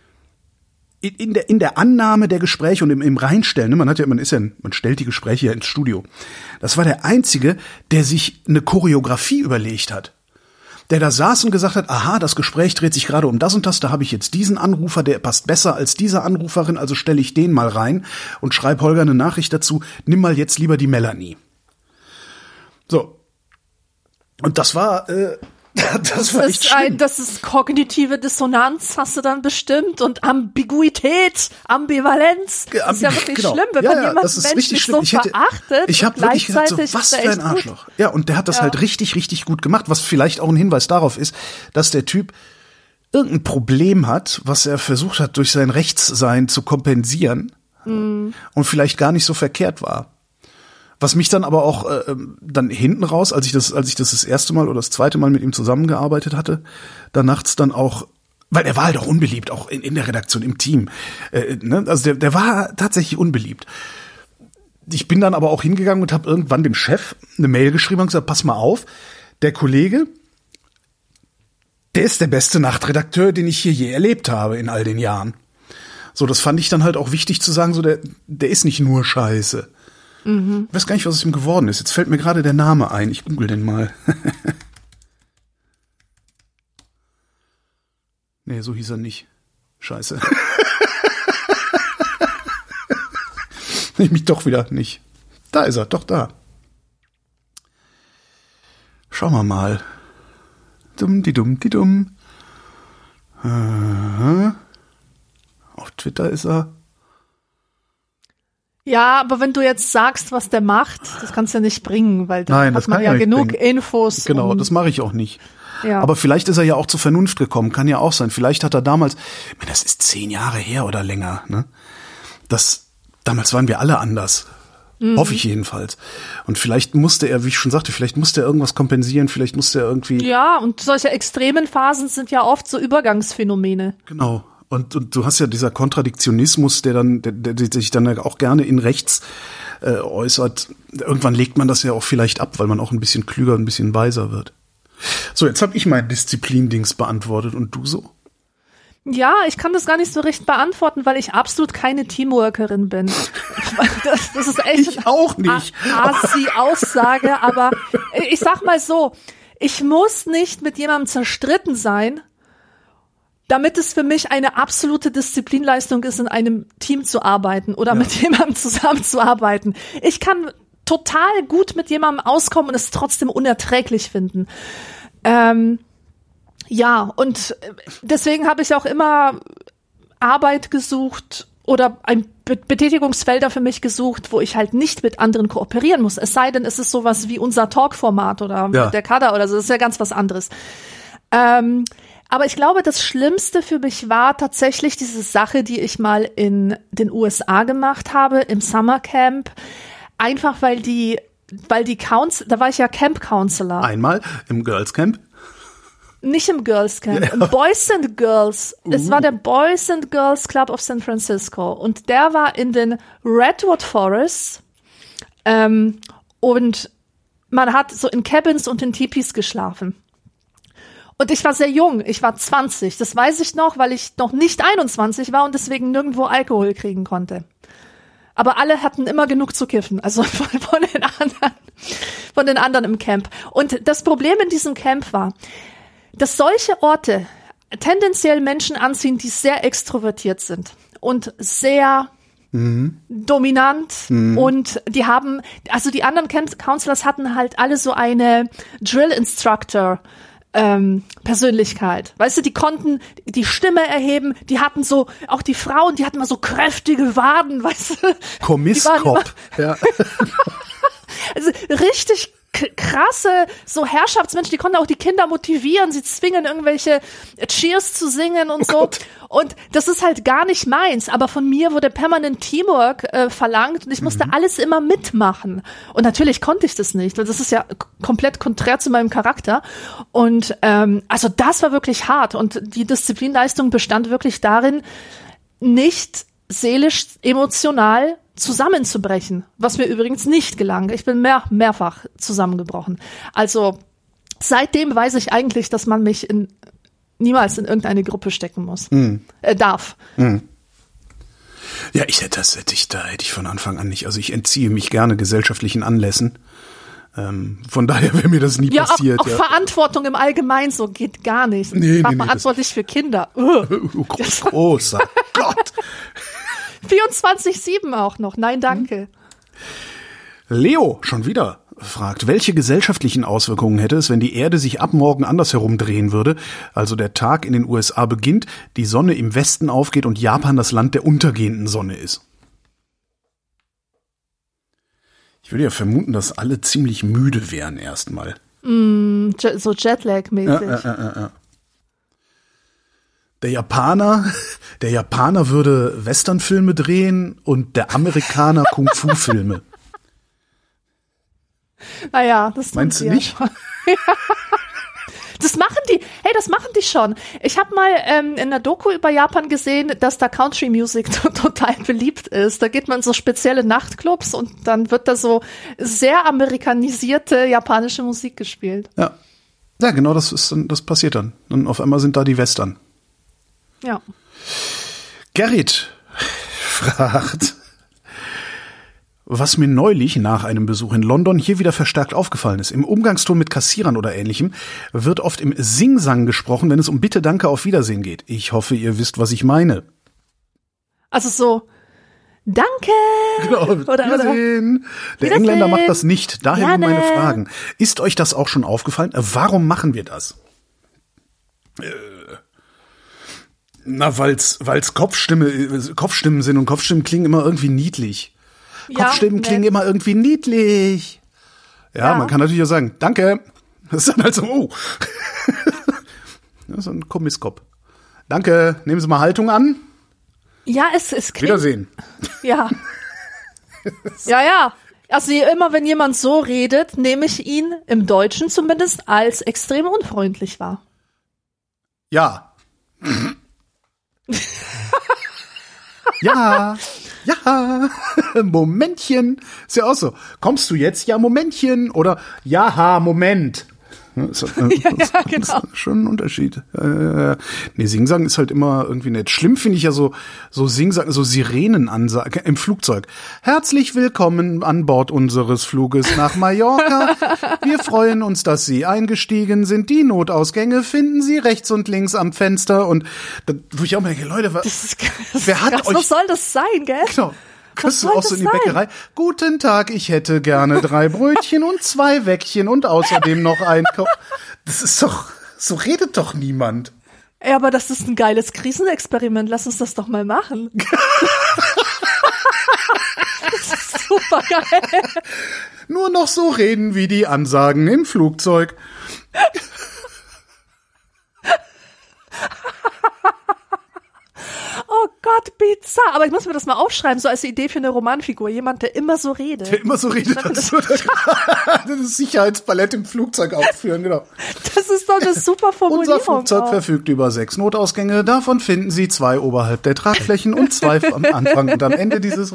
in der in der Annahme der Gespräche und im, im Reinstellen, man hat ja man ist ja man stellt die Gespräche ja ins Studio. Das war der einzige, der sich eine Choreografie überlegt hat. Der da saß und gesagt hat, aha, das Gespräch dreht sich gerade um das und das, da habe ich jetzt diesen Anrufer, der passt besser als diese Anruferin, also stelle ich den mal rein und schreibe Holger eine Nachricht dazu, nimm mal jetzt lieber die Melanie. So. Und das war, äh, das war das echt ist schlimm. Ein, das ist kognitive Dissonanz, hast du dann bestimmt, und Ambiguität, Ambivalenz. Das ist ja wirklich genau. schlimm, wenn ja, man ja, jemanden menschlich so ich hätte, verachtet. Ich habe wirklich gedacht, so, was für ein Arschloch. Gut. Ja, und der hat das ja. halt richtig, richtig gut gemacht, was vielleicht auch ein Hinweis darauf ist, dass der Typ irgendein Problem hat, was er versucht hat, durch sein Rechtssein zu kompensieren. mm. und vielleicht gar nicht so verkehrt war. Was mich dann aber auch äh, dann hinten raus, als ich das, als ich das das erste Mal oder das zweite Mal mit ihm zusammengearbeitet hatte, dann nachts dann auch, weil er war halt auch unbeliebt, auch in, in der Redaktion, im Team. Äh, ne? Also der, der war tatsächlich unbeliebt. Ich bin dann aber auch hingegangen und habe irgendwann dem Chef eine Mail geschrieben und gesagt, pass mal auf, der Kollege, der ist der beste Nachtredakteur, den ich hier je erlebt habe in all den Jahren. So, das fand ich dann halt auch wichtig zu sagen, so der, der ist nicht nur scheiße. Mhm. Ich weiß gar nicht, was aus ihm geworden ist. Jetzt fällt mir gerade der Name ein. Ich google den mal. Nee, so hieß er nicht. Scheiße. Nämlich doch wieder nicht. Da ist er, doch da. Schauen wir mal. Dumm, die dumm, die dumm. Aha. Auf Twitter ist er. Ja, aber wenn du jetzt sagst, was der macht, das kannst du ja nicht bringen, weil da hat man ja genug bringen. Infos. Genau, um das mache ich auch nicht. Ja. Aber vielleicht ist er ja auch zur Vernunft gekommen, kann ja auch sein. Vielleicht hat er damals, das ist zehn Jahre her oder länger, ne? Das Damals waren wir alle anders. Mhm. Hoffe ich jedenfalls. Und vielleicht musste er, wie ich schon sagte, vielleicht musste er irgendwas kompensieren, vielleicht musste er irgendwie... Ja, und solche extremen Phasen sind ja oft so Übergangsphänomene. Genau. Und, und du hast ja dieser Kontradiktionismus, der dann, der, der sich dann auch gerne in rechts äh, äußert. Irgendwann legt man das ja auch vielleicht ab, weil man auch ein bisschen klüger, ein bisschen weiser wird. So, jetzt habe ich mein Disziplin-Dings beantwortet und du so? Ja, ich kann das gar nicht so recht beantworten, weil ich absolut keine Teamworkerin bin. Das, das ist echt ich auch nicht. Assi-Aussage, aber ich sag mal so, ich muss nicht mit jemandem zerstritten sein, damit es für mich eine absolute Disziplinleistung ist, in einem Team zu arbeiten oder ja. mit jemandem zusammenzuarbeiten. Ich kann total gut mit jemandem auskommen und es trotzdem unerträglich finden. Ähm, Ja, und deswegen habe ich auch immer Arbeit gesucht oder ein Betätigungsfelder für mich gesucht, wo ich halt nicht mit anderen kooperieren muss. Es sei denn, es ist sowas wie unser Talk-Format oder ja. der Kader oder so. Das ist ja ganz was anderes. Ähm, aber ich glaube, das Schlimmste für mich war tatsächlich diese Sache, die ich mal in den U S A gemacht habe, im Summercamp. Einfach weil die, weil die Counsel, da war ich ja Camp-Counselor. Einmal im Girls Camp? Nicht im Girls Camp, ja. im Boys and Girls. Uh. Es war der Boys and Girls Club of San Francisco. Und der war in den Redwood Forests. Ähm, und man hat so in Cabins und in Tipis geschlafen. Und ich war sehr jung, ich war zwanzig. Das weiß ich noch, weil ich noch nicht einundzwanzig war und deswegen nirgendwo Alkohol kriegen konnte. Aber alle hatten immer genug zu kiffen, also von, von den anderen, von den anderen im Camp. Und das Problem in diesem Camp war, dass solche Orte tendenziell Menschen anziehen, die sehr extrovertiert sind und sehr mhm. dominant mhm. und die haben, also die anderen Counselors hatten halt alle so eine Drill Instructor ähm, Persönlichkeit. Weißt du, die konnten die Stimme erheben, die hatten so, auch die Frauen, die hatten mal so kräftige Waden, weißt du. Komisskopf, ja. Also richtig krasse, so Herrschaftsmenschen, die konnten auch die Kinder motivieren, sie zwingen irgendwelche Cheers zu singen und so. Oh und das ist halt gar nicht meins, aber von mir wurde permanent Teamwork äh, verlangt und ich musste mhm. alles immer mitmachen. Und natürlich konnte ich das nicht, weil das ist ja k- komplett konträr zu meinem Charakter. Und ähm, also das war wirklich hart und die Disziplinleistung bestand wirklich darin, nicht seelisch, emotional zusammenzubrechen, was mir übrigens nicht gelang. Ich bin mehr, mehrfach zusammengebrochen. Also seitdem weiß ich eigentlich, dass man mich in, niemals in irgendeine Gruppe stecken muss, mm. äh, darf. Mm. Ja, ich hätte das hätte ich da hätte ich von Anfang an nicht. Also ich entziehe mich gerne gesellschaftlichen Anlässen. Ähm, von daher wäre mir das nie ja, passiert. Auch, auch ja. Verantwortung im Allgemeinen so geht gar nicht. Nee, ich war nee, nee, verantwortlich das für Kinder. Oh, großer Gott. vierundzwanzig sieben auch noch. Nein, danke. Leo, schon wieder, fragt, welche gesellschaftlichen Auswirkungen hätte es, wenn die Erde sich ab morgen andersherum drehen würde? Also der Tag in den U S A beginnt, die Sonne im Westen aufgeht und Japan das Land der untergehenden Sonne ist. Ich würde ja vermuten, dass alle ziemlich müde wären erstmal. Mm, so Jetlag-mäßig. Ja, ja, ja, ja. Der Japaner, der Japaner würde Westernfilme drehen und der Amerikaner Kung-Fu-Filme. Naja, das meinst du nicht? Das machen die, hey, das machen die schon. Ich habe mal ähm, in der Doku über Japan gesehen, dass da Country Music t- total beliebt ist. Da geht man in so spezielle Nachtclubs und dann wird da so sehr amerikanisierte japanische Musik gespielt. Ja, ja, genau, das ist dann, das passiert dann. Und auf einmal sind da die Western. Ja. Gerrit fragt, was mir neulich nach einem Besuch in London hier wieder verstärkt aufgefallen ist. Im Umgangston mit Kassierern oder Ähnlichem wird oft im Singsang gesprochen, wenn es um Bitte, Danke, auf Wiedersehen geht. Ich hoffe, ihr wisst, was ich meine. Also so, Danke! Genau, oder, Wiedersehen. Oder, Der Engländer macht das nicht. Daher Gerne. nur meine Fragen. Ist euch das auch schon aufgefallen? Warum machen wir das? Äh, na, weil's, weil's Kopfstimme, Kopfstimmen sind und Kopfstimmen klingen immer irgendwie niedlich. Ja, Kopfstimmen nett. klingen immer irgendwie niedlich. Ja, Ja. man kann natürlich auch sagen, danke. Das ist dann halt so, oh. Das ist ein Komisskopf. Danke, nehmen Sie mal Haltung an. Ja, es es klingt, Wiedersehen. Ja. ja, ja. Also immer wenn jemand so redet, nehme ich ihn im Deutschen zumindest als extrem unfreundlich wahr. Ja. Ja. Ja. Momentchen. Ist ja auch so. Kommst du jetzt? Ja, Momentchen. Oder ja, Moment. Das ist, äh, Ja, ja, genau. Das ist schon ein Unterschied. Äh, nee, Singsang ist halt immer irgendwie nett. Schlimm finde ich ja so, so Singsang, so Sirenenansage im Flugzeug. Herzlich willkommen an Bord unseres Fluges nach Mallorca. Wir freuen uns, dass Sie eingestiegen sind. Die Notausgänge finden Sie rechts und links am Fenster. Und da, wo ich auch mal denke, Leute, was, Das ist, das wer ist hat krass. euch... Was soll das sein, gell? Genau. Kriegst du soll auch so das in die sein? Bäckerei. Guten Tag, ich hätte gerne drei Brötchen und zwei Weckchen und außerdem noch ein Ko Das ist doch, so redet doch niemand. Ja, aber das ist ein geiles Krisenexperiment. Lass uns das doch mal machen. Das ist super geil. Nur noch so reden wie die Ansagen im Flugzeug. Oh Gott, bizarr. Aber ich muss mir das mal aufschreiben, so als Idee für eine Romanfigur. Jemand, der immer so redet. Der immer so redet, als würde er das Sicherheitsballett im Flugzeug aufführen, genau. Das ist doch eine super Formulierung. Unser Flugzeug auch. verfügt über sechs Notausgänge. Davon finden Sie zwei oberhalb der Tragflächen und zwei am Anfang und am Ende dieses.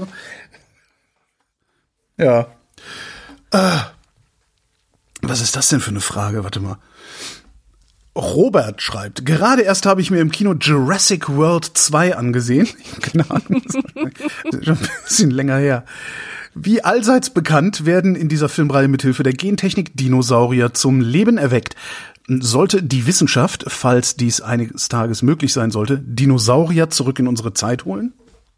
Ja. Äh, was ist das denn für eine Frage? Warte mal. Robert schreibt, gerade erst habe ich mir im Kino Jurassic World zwei angesehen. Keine Ahnung, das ist schon ein bisschen länger her. Wie allseits bekannt, werden in dieser Filmreihe mithilfe der Gentechnik Dinosaurier zum Leben erweckt. Sollte die Wissenschaft, falls dies eines Tages möglich sein sollte, Dinosaurier zurück in unsere Zeit holen?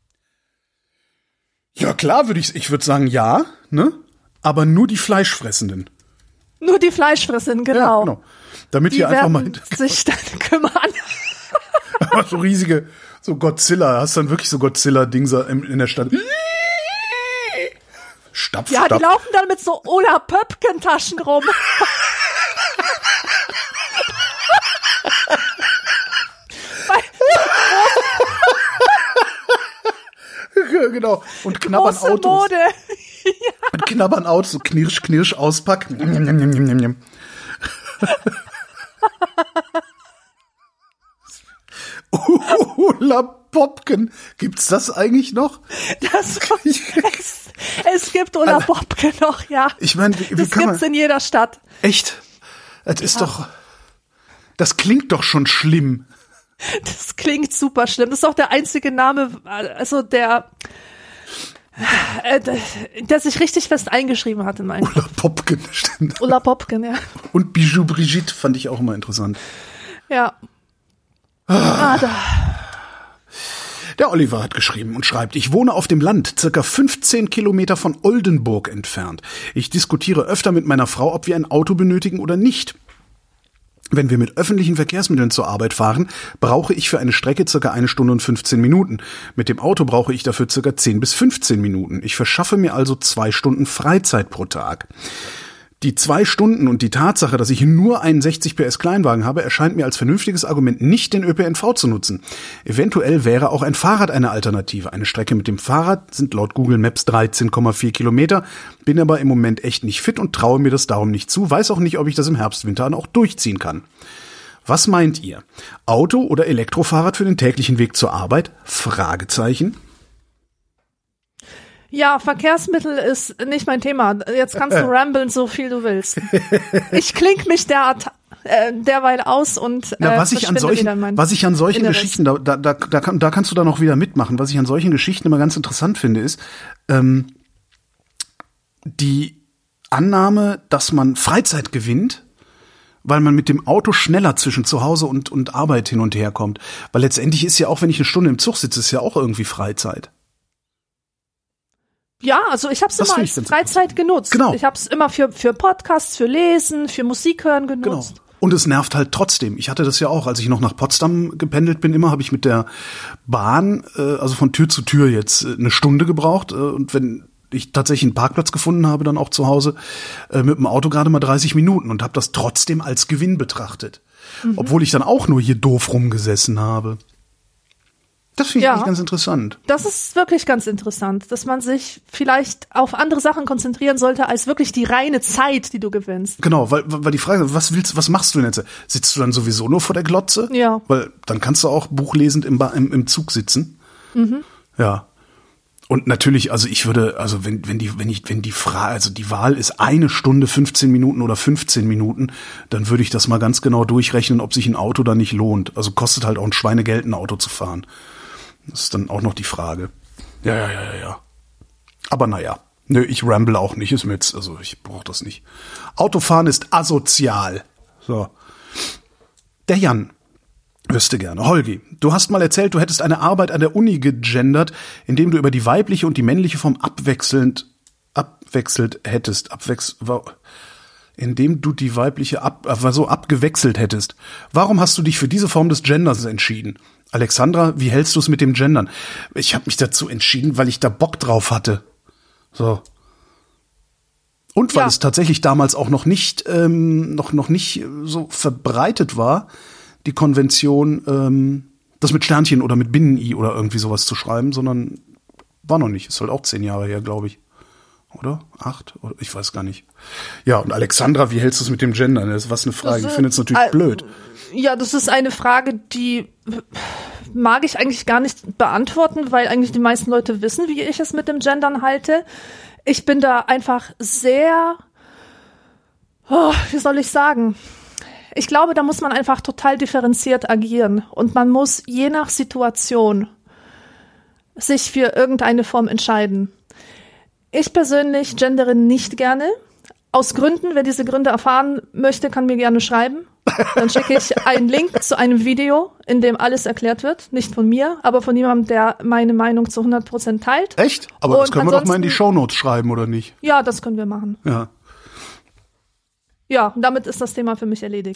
Ja klar, würde ich, ich würde sagen ja, ne? Aber nur die Fleischfressenden. Nur die Fleischfresserin, genau. Ja, genau. Damit Die wir einfach mal werden sich dann kümmern. so riesige, so Godzilla, hast dann wirklich so Godzilla-Dingser in, in der Stadt. Stapf, Ja, stapf. die laufen dann mit so Ola Pöpken-Taschen rum. Genau. Und knabbern Große Autos. Mode. Und knabbern Autos, so knirsch, knirsch auspacken. Njam, njam, njam, njam, njam. Ola Popken. Gibt's das eigentlich noch? Das, es, es gibt Ola Popke noch, ja. Ich meine, wie, wie Das kann gibt's man... in jeder Stadt. Echt? Das ist doch... Das klingt doch schon schlimm. Das klingt super schlimm. Das ist auch der einzige Name, also der, äh, der, der sich richtig fest eingeschrieben hat in meinem Ola Popken, stimmt. Ola Popken, ja. Und Bijou Brigitte fand ich auch immer interessant. Ja. Ah, da. Der Oliver hat geschrieben und schreibt, ich wohne auf dem Land, circa fünfzehn Kilometer von Oldenburg entfernt. Ich diskutiere öfter mit meiner Frau, ob wir ein Auto benötigen oder nicht. Wenn wir mit öffentlichen Verkehrsmitteln zur Arbeit fahren, brauche ich für eine Strecke circa eine Stunde und fünfzehn Minuten. Mit dem Auto brauche ich dafür circa zehn bis fünfzehn Minuten. Ich verschaffe mir also zwei Stunden Freizeit pro Tag. Die zwei Stunden und die Tatsache, dass ich nur einen sechzig P S Kleinwagen habe, erscheint mir als vernünftiges Argument, nicht den Ö P N V zu nutzen. Eventuell wäre auch ein Fahrrad eine Alternative. Eine Strecke mit dem Fahrrad sind laut Google Maps dreizehn Komma vier Kilometer, bin aber im Moment echt nicht fit und traue mir das darum nicht zu, weiß auch nicht, ob ich das im Herbst, Winter auch durchziehen kann. Was meint ihr? Auto oder Elektrofahrrad für den täglichen Weg zur Arbeit? Fragezeichen. Ja, Verkehrsmittel ist nicht mein Thema. Jetzt kannst du rambeln, so viel du willst. Ich kling mich derart, äh, derweil aus und äh, Na, was ich an solchen, was ich an solchen Inneres. Geschichten, da, da, da, da, kann, da kannst du da noch wieder mitmachen. Was ich an solchen Geschichten immer ganz interessant finde, ist ähm, die Annahme, dass man Freizeit gewinnt, weil man mit dem Auto schneller zwischen zu Hause und, und Arbeit hin und her kommt. Weil letztendlich ist ja auch, wenn ich eine Stunde im Zug sitze, ist ja auch irgendwie Freizeit. Ja, also ich habe es immer als Freizeit genutzt. Genau. Ich habe es immer für für Podcasts, für Lesen, für Musik hören genutzt. Genau. Und es nervt halt trotzdem. Ich hatte das ja auch, als ich noch nach Potsdam gependelt bin, immer habe ich mit der Bahn, äh, also von Tür zu Tür jetzt äh, eine Stunde gebraucht. Äh, und wenn ich tatsächlich einen Parkplatz gefunden habe, dann auch zu Hause, äh, mit dem Auto gerade mal dreißig Minuten und habe das trotzdem als Gewinn betrachtet. Mhm. Obwohl ich dann auch nur hier doof rumgesessen habe. Das finde ich ja, eigentlich ganz interessant. Das ist wirklich ganz interessant, dass man sich vielleicht auf andere Sachen konzentrieren sollte, als wirklich die reine Zeit, die du gewinnst. Genau, weil, weil die Frage, was willst, was machst du denn jetzt? Sitzt du dann sowieso nur vor der Glotze? Ja. Weil dann kannst du auch buchlesend im, im, im Zug sitzen. Mhm. Ja. Und natürlich, also ich würde, also wenn, wenn die, wenn ich, wenn die Frage, also die Wahl ist eine Stunde, fünfzehn Minuten oder fünfzehn Minuten, dann würde ich das mal ganz genau durchrechnen, ob sich ein Auto da nicht lohnt. Also kostet halt auch ein Schweinegeld, ein Auto zu fahren. Das ist dann auch noch die Frage. Ja, ja, ja, ja, ja. Aber naja, nö, ich ramble auch nicht, ist mir jetzt, also ich brauche das nicht. Autofahren ist asozial. So. Der Jan wüsste gerne. Holgi, du hast mal erzählt, du hättest eine Arbeit an der Uni gegendert, indem du über die weibliche und die männliche Form abwechselnd, abwechselt hättest, abwechsel, indem du die weibliche ab, so abgewechselt hättest. Warum hast du dich für diese Form des Genders entschieden? Alexandra, wie hältst du es mit dem Gendern? Ich habe mich dazu entschieden, weil ich da Bock drauf hatte. So. Und weil ja. es tatsächlich damals auch noch nicht, ähm, noch noch nicht so verbreitet war, die Konvention, ähm, das mit Sternchen oder mit Binnen-I oder irgendwie sowas zu schreiben, sondern war noch nicht. Ist halt auch zehn Jahre her, glaube ich. Oder? Acht? Oder? Ich weiß gar nicht. Ja, und Alexandra, wie hältst du es mit dem Gendern? Das ist was eine Frage. Das, ich finde es natürlich äh, blöd. Ja, das ist eine Frage, die mag ich eigentlich gar nicht beantworten, weil eigentlich die meisten Leute wissen, wie ich es mit dem Gendern halte. Ich bin da einfach sehr, oh, wie soll ich sagen? Ich glaube, da muss man einfach total differenziert agieren und man muss je nach Situation sich für irgendeine Form entscheiden. Ich persönlich gendere nicht gerne. Aus Gründen, wer diese Gründe erfahren möchte, kann mir gerne schreiben. Dann schicke ich einen Link zu einem Video, in dem alles erklärt wird. Nicht von mir, aber von jemandem, der meine Meinung zu hundert Prozent teilt. Echt? Aber das können wir doch mal in die Shownotes schreiben, oder nicht? Ja, das können wir machen. Ja. Ja, und damit ist das Thema für mich erledigt.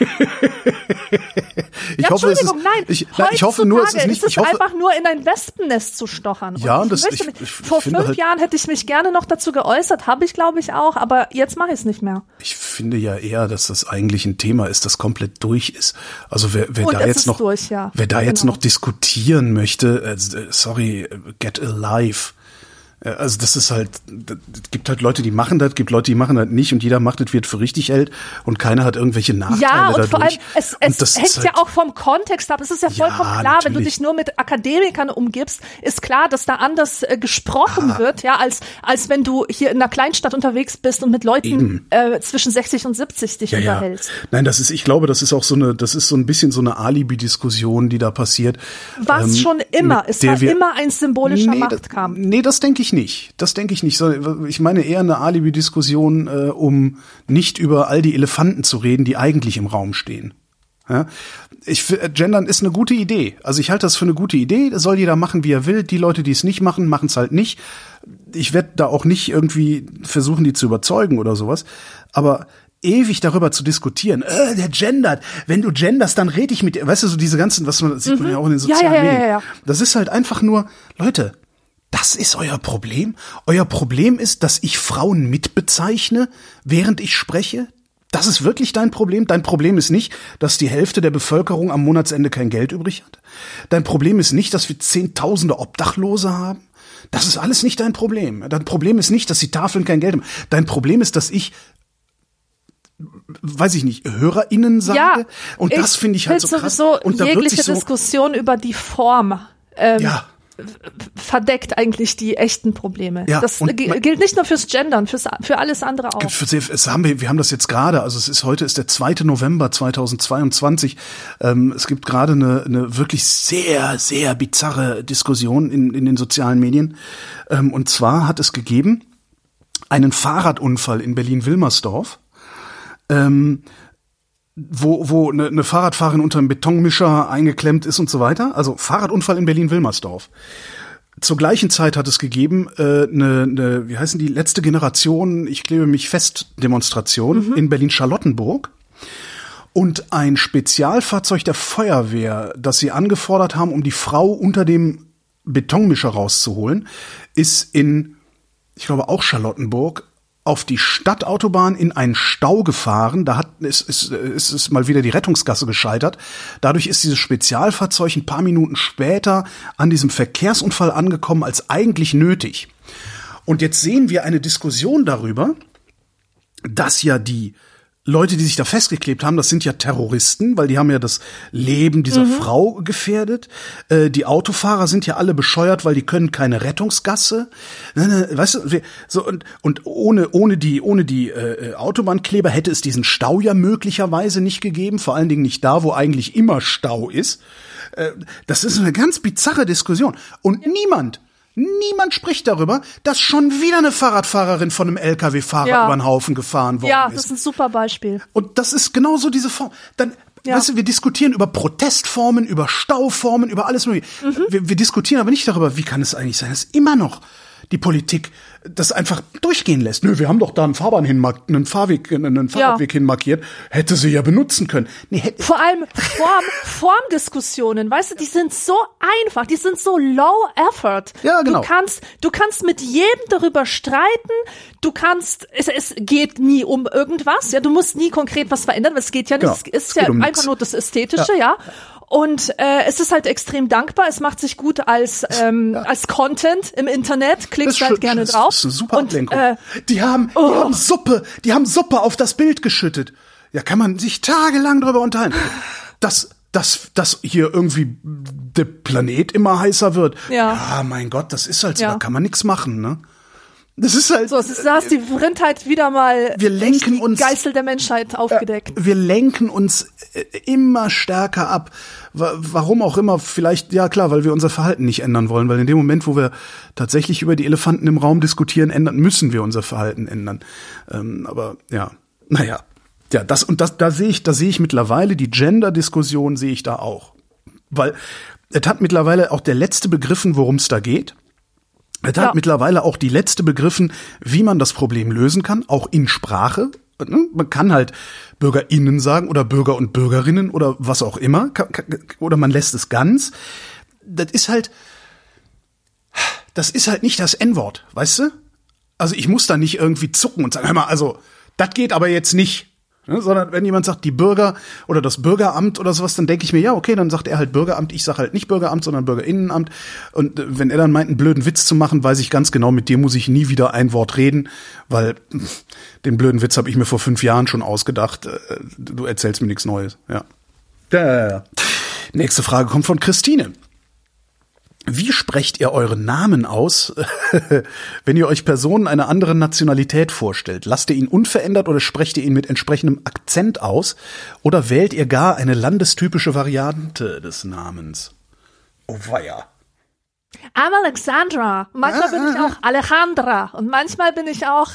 ich ja, hoffe, Entschuldigung, es ist, nein, ich, nein, ich hoffe nur, es ist nicht, ist es ich hoffe, einfach nur in ein Wespennest zu stochern. Ja, und das, ich ich, mich, ich, vor ich finde fünf halt, Jahren hätte ich mich gerne noch dazu geäußert, habe ich glaube ich auch, aber jetzt mache ich es nicht mehr. Ich finde ja eher, dass das eigentlich ein Thema ist, das komplett durch ist. Also wer, wer und da es jetzt ist noch, durch, ja. wer da jetzt genau. noch diskutieren möchte, äh, sorry, get alive. Also das ist halt, es gibt halt Leute, die machen das, gibt Leute, die machen das nicht und jeder macht das, wird für richtig hält und keiner hat irgendwelche Nachteile ja, und dadurch. vor allem, es, es hängt halt, ja auch vom Kontext ab. Es ist ja vollkommen ja, klar, natürlich. wenn du dich nur mit Akademikern umgibst, ist klar, dass da anders äh, gesprochen ah. wird, ja, als als wenn du hier in einer Kleinstadt unterwegs bist und mit Leuten äh, zwischen sechzig und siebzig dich ja, unterhältst. Ja. Nein, das ist, ich glaube, das ist auch so eine, das ist so ein bisschen so eine Alibi-Diskussion, die da passiert. Was ähm, schon immer. Es war wir, immer ein symbolischer nee, Machtkampf. Nee, das denke ich nicht. Das denke ich nicht. Ich meine eher eine Alibi-Diskussion, äh, um nicht über all die Elefanten zu reden, die eigentlich im Raum stehen. Ja? Ich, Gendern ist eine gute Idee. Also ich halte das für eine gute Idee. Das soll jeder machen, wie er will. Die Leute, die es nicht machen, machen es halt nicht. Ich werde da auch nicht irgendwie versuchen, die zu überzeugen oder sowas. Aber ewig darüber zu diskutieren, äh, der gendert, wenn du genderst, dann rede ich mit dir. Weißt du, so diese ganzen, was man, das sieht man ja auch in den sozialen ja, ja, ja, Medien. ja, ja. Das ist halt einfach nur, Leute, Das ist euer Problem? Euer Problem ist, dass ich Frauen mitbezeichne, während ich spreche? Das ist wirklich dein Problem? Dein Problem ist nicht, dass die Hälfte der Bevölkerung am Monatsende kein Geld übrig hat? Dein Problem ist nicht, dass wir Zehntausende Obdachlose haben? Das ist alles nicht dein Problem. Dein Problem ist nicht, dass die Tafeln kein Geld haben. Dein Problem ist, dass ich, weiß ich nicht, HörerInnen sage. Ja, und das finde ich halt so krass. Und da jegliche wird sich so, Diskussion über die Form ähm, ja. verdeckt eigentlich die echten Probleme. Ja, das und g- man, gilt nicht nur fürs Gendern, fürs, für alles andere auch. Für, es haben wir, wir haben das jetzt gerade, also es ist heute ist der zweite November zweitausendzweiundzwanzig. Ähm, es gibt gerade eine, eine wirklich sehr, sehr bizarre Diskussion in, in den sozialen Medien. Ähm, und zwar hat es gegeben einen Fahrradunfall in Berlin-Wilmersdorf. Ähm, wo wo eine, eine Fahrradfahrerin unter einem Betonmischer eingeklemmt ist und so weiter. Also Fahrradunfall in Berlin-Wilmersdorf. Zur gleichen Zeit hat es gegeben äh, eine, eine, wie heißen die, letzte Generation, ich klebe mich fest, Demonstration mhm. in Berlin-Charlottenburg. Und ein Spezialfahrzeug der Feuerwehr, das sie angefordert haben, um die Frau unter dem Betonmischer rauszuholen, ist in, ich glaube auch Charlottenburg, auf die Stadtautobahn in einen Stau gefahren. Da hat ist, ist, ist, ist mal wieder die Rettungsgasse gescheitert. Dadurch ist dieses Spezialfahrzeug ein paar Minuten später an diesem Verkehrsunfall angekommen als eigentlich nötig. Und jetzt sehen wir eine Diskussion darüber, dass ja die Leute, die sich da festgeklebt haben, das sind ja Terroristen, weil die haben ja das Leben dieser mhm. Frau gefährdet. Äh, die Autofahrer sind ja alle bescheuert, weil die können keine Rettungsgasse. Weißt du, wir, so und und ohne ohne die ohne die äh, Autobahnkleber hätte es diesen Stau ja möglicherweise nicht gegeben, vor allen Dingen nicht da, wo eigentlich immer Stau ist. Äh, das ist eine ganz bizarre Diskussion und niemand Niemand spricht darüber, dass schon wieder eine Fahrradfahrerin von einem L K W-Fahrer ja. über den Haufen gefahren worden ja, ist. Ja, das ist ein super Beispiel. Und das ist genauso diese Form. Dann, ja. weißt du, wir diskutieren über Protestformen, über Stauformen, über alles mögliche. Mhm. Wir, wir diskutieren aber nicht darüber, wie kann es eigentlich sein, dass immer noch die Politik das einfach durchgehen lässt. Nö, wir haben doch da einen Fahrbahn hin, einen Fahrweg, einen Fahrradweg ja. hin markiert. Hätte sie ja benutzen können. Nee, hätte Vor allem Form, Formdiskussionen, weißt du, die sind so einfach, die sind so low effort. Ja, genau. Du kannst, du kannst mit jedem darüber streiten. Du kannst, es, es geht nie um irgendwas. Ja, du musst nie konkret was verändern, weil es geht ja nicht. Genau. Es ist ja um einfach nix. nur das Ästhetische, ja. ja. Und äh, es ist halt extrem dankbar. Es macht sich gut als ähm, ja. als Content im Internet. Klickst halt gerne das drauf. Das ist eine super und, Ablenkung. Äh, die haben, oh. die haben Suppe, die haben Suppe auf das Bild geschüttet. Ja, kann man sich tagelang drüber unterhalten. Dass, dass, dass hier irgendwie der Planet immer heißer wird. Ja, ja mein Gott, das ist halt so. Ja. Da kann man nichts machen, ne? Das ist halt. So, da hast die Vrindheit wieder mal wir lenken die uns, Geißel der Menschheit aufgedeckt. Äh, wir lenken uns immer stärker ab. Warum auch immer, vielleicht, ja klar, weil wir unser Verhalten nicht ändern wollen, weil in dem Moment, wo wir tatsächlich über die Elefanten im Raum diskutieren, ändern, müssen wir unser Verhalten ändern. Ähm, aber ja, naja. Ja, das und das, da sehe ich, da sehe ich mittlerweile die Gender-Diskussion sehe ich da auch. Weil es hat mittlerweile auch der Letzte begriffen, worum es da geht. Er hat ja. mittlerweile auch die Letzte begriffen, wie man das Problem lösen kann, auch in Sprache. Man kann halt BürgerInnen sagen oder Bürger und Bürgerinnen oder was auch immer. Oder man lässt es ganz. Das ist halt, das ist halt nicht das En-Wort, weißt du? Also ich muss da nicht irgendwie zucken und sagen, hör mal, also, das geht aber jetzt nicht. Ne, sondern wenn jemand sagt, die Bürger oder das Bürgeramt oder sowas, dann denke ich mir, ja, okay, dann sagt er halt Bürgeramt, ich sage halt nicht Bürgeramt, sondern Bürgerinnenamt. Und äh, wenn er dann meint, einen blöden Witz zu machen, weiß ich ganz genau, mit dir muss ich nie wieder ein Wort reden, weil pff, den blöden Witz habe ich mir vor fünf Jahren schon ausgedacht. Äh, du erzählst mir nichts Neues. Ja. Da. Nächste Frage kommt von Christine. Wie sprecht ihr euren Namen aus, wenn ihr euch Personen einer anderen Nationalität vorstellt? Lasst ihr ihn unverändert oder sprecht ihr ihn mit entsprechendem Akzent aus? Oder wählt ihr gar eine landestypische Variante des Namens? Oh weia. I'm Alexandra. Manchmal ah, bin ich auch Alejandra. Und manchmal bin ich auch...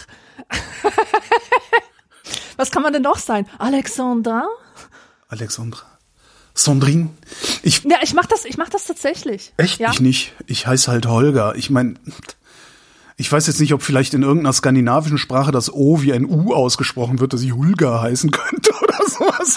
Was kann man denn noch sein? Alexandra? Alexandra. Sandrine. Ich, ja, ich mach das, ich mach das tatsächlich. Echt? Ja? Ich nicht. Ich heiße halt Holger. Ich meine, ich weiß jetzt nicht, ob vielleicht in irgendeiner skandinavischen Sprache das O wie ein U ausgesprochen wird, dass ich Hulga heißen könnte oder sowas.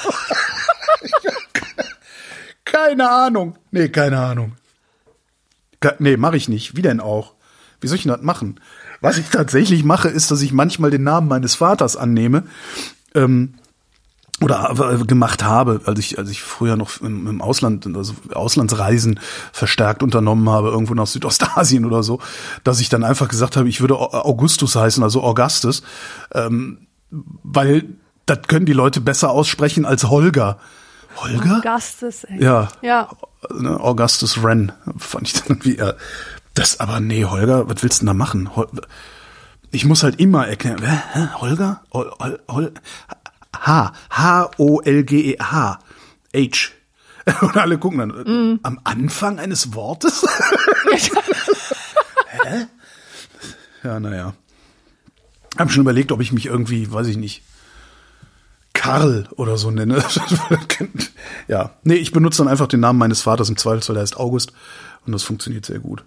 Keine Ahnung. Nee, keine Ahnung. Nee, mache ich nicht. Wie denn auch? Wie soll ich denn das machen? Was ich tatsächlich mache, ist, dass ich manchmal den Namen meines Vaters annehme. Ähm, oder äh, gemacht habe, als ich, als ich früher noch im, im Ausland, also Auslandsreisen verstärkt unternommen habe, irgendwo nach Südostasien oder so, dass ich dann einfach gesagt habe, ich würde Augustus heißen, also Augustus, ähm, weil das können die Leute besser aussprechen als Holger. Holger? Augustus, ey. Ja. Ja. Augustus Wren, fand ich dann irgendwie eher. Das, aber nee, Holger, was willst du denn da machen? Hol, ich muss halt immer erklären, hä? Holger? Hol, Hol, Hol, H, H O L G E H, H. Und alle gucken dann, mm. am Anfang eines Wortes? Hä? Ja, naja. Hab schon überlegt, ob ich mich irgendwie, weiß ich nicht, Karl oder so nenne. Ja, nee, ich benutze dann einfach den Namen meines Vaters, im Zweifelsfall, der heißt August, und das funktioniert sehr gut.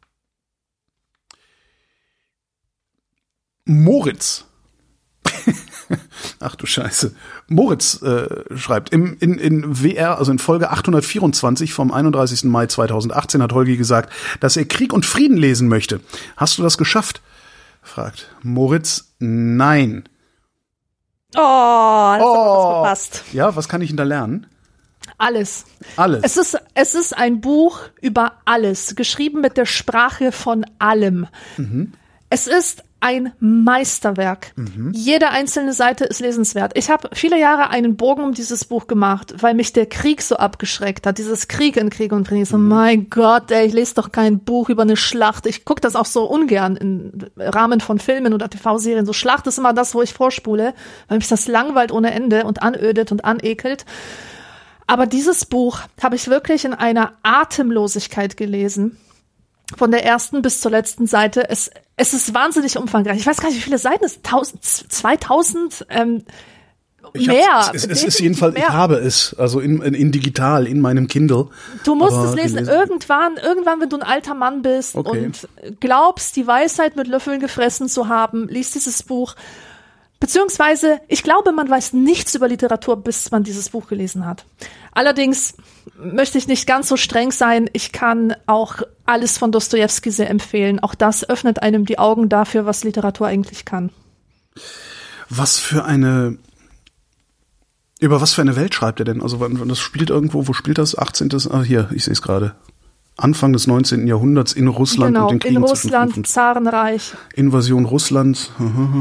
Moritz. Ach du Scheiße. Moritz äh, schreibt, im, in, in W R, also in Folge achthundertvierundzwanzig vom einunddreißigsten Mai zweitausendachtzehn hat Holgi gesagt, dass er Krieg und Frieden lesen möchte. Hast du das geschafft? Fragt Moritz. Nein. Oh, das oh. hat was verpasst. Ja, was kann ich denn da lernen? Alles. Alles. Es ist, es ist ein Buch über alles, geschrieben mit der Sprache von allem. Mhm. Es ist ein Meisterwerk. Mhm. Jede einzelne Seite ist lesenswert. Ich habe viele Jahre einen Bogen um dieses Buch gemacht, weil mich der Krieg so abgeschreckt hat. Dieses Krieg in Krieg und Frieden. So, mhm. mein Gott, ey, ich lese doch kein Buch über eine Schlacht. Ich gucke das auch so ungern im Rahmen von Filmen oder T V-Serien. So Schlacht ist immer das, wo ich vorspule, weil mich das langweilt ohne Ende und anödet und anekelt. Aber dieses Buch habe ich wirklich in einer Atemlosigkeit gelesen. Von der ersten bis zur letzten Seite. Es, es ist wahnsinnig umfangreich. Ich weiß gar nicht, wie viele Seiten es ist. zweitausend ähm, ich mehr. Hab, es, es, es ist jedenfalls, mehr. Ich habe es, also in, in, in digital, in meinem Kindle. Du musst es lesen. Gelesen. Irgendwann, irgendwann, wenn du ein alter Mann bist okay. und glaubst, die Weisheit mit Löffeln gefressen zu haben, liest dieses Buch. Beziehungsweise, ich glaube, man weiß nichts über Literatur, bis man dieses Buch gelesen hat. Allerdings möchte ich nicht ganz so streng sein. Ich kann auch alles von Dostojewski sehr empfehlen. Auch das öffnet einem die Augen dafür, was Literatur eigentlich kann. Was für eine, über was für eine Welt schreibt er denn? Also, wann das spielt irgendwo, wo spielt das? achtzehnten. Ah, hier, ich sehe es gerade. Anfang des neunzehnten. Jahrhunderts in Russland genau, und den Kriegen in Russland, zwischen Zarenreich. Invasion Russlands.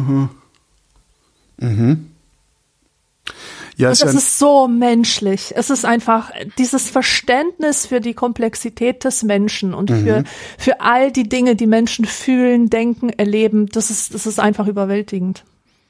Mhm. Ja, und ist es ja ist so menschlich. Es ist einfach dieses Verständnis für die Komplexität des Menschen und mhm. für, für all die Dinge, die Menschen fühlen, denken, erleben. Das ist, das ist einfach überwältigend.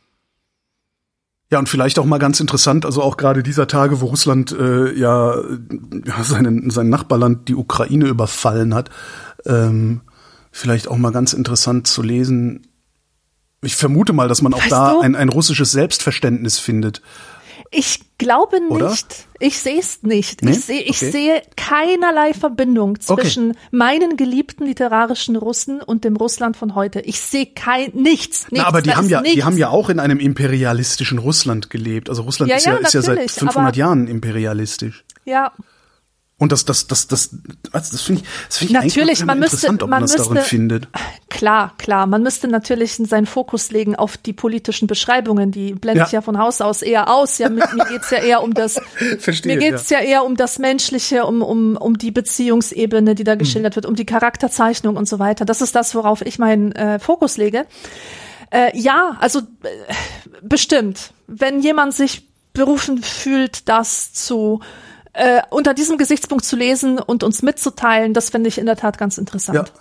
Ja, und vielleicht auch mal ganz interessant, also auch gerade dieser Tage, wo Russland äh, ja, ja seinen, sein Nachbarland, die Ukraine, überfallen hat, ähm, vielleicht auch mal ganz interessant zu lesen. Ich vermute mal, dass man auch weißt da ein, ein russisches Selbstverständnis findet. Ich glaube nicht. Oder? Ich sehe es nicht. Nee? Ich sehe ich okay. sehe keinerlei Verbindung zwischen okay. meinen geliebten literarischen Russen und dem Russland von heute. Ich sehe kein nichts. nichts Na, aber die da haben ja, nichts. die haben ja auch in einem imperialistischen Russland gelebt. Also Russland ja, ist ja, ja, ist ja seit fünfhundert Jahren imperialistisch. Ja. Und das, das, das, das, das, das finde ich, das finde ich natürlich, eigentlich man müsste, interessant, ob man, man das müsste, darin findet. Klar, klar. Man müsste natürlich seinen Fokus legen auf die politischen Beschreibungen. Die blende ja. ich ja von Haus aus eher aus. Ja, mir, mir geht's ja eher um das, Verstehe, mir geht's ja. ja eher um das Menschliche, um, um, um die Beziehungsebene, die da geschildert mhm. wird, um die Charakterzeichnung und so weiter. Das ist das, worauf ich meinen äh, Fokus lege. Äh, ja, also, äh, bestimmt. Wenn jemand sich berufen fühlt, das zu Äh, unter diesem Gesichtspunkt zu lesen und uns mitzuteilen, das finde ich in der Tat ganz interessant. Ja.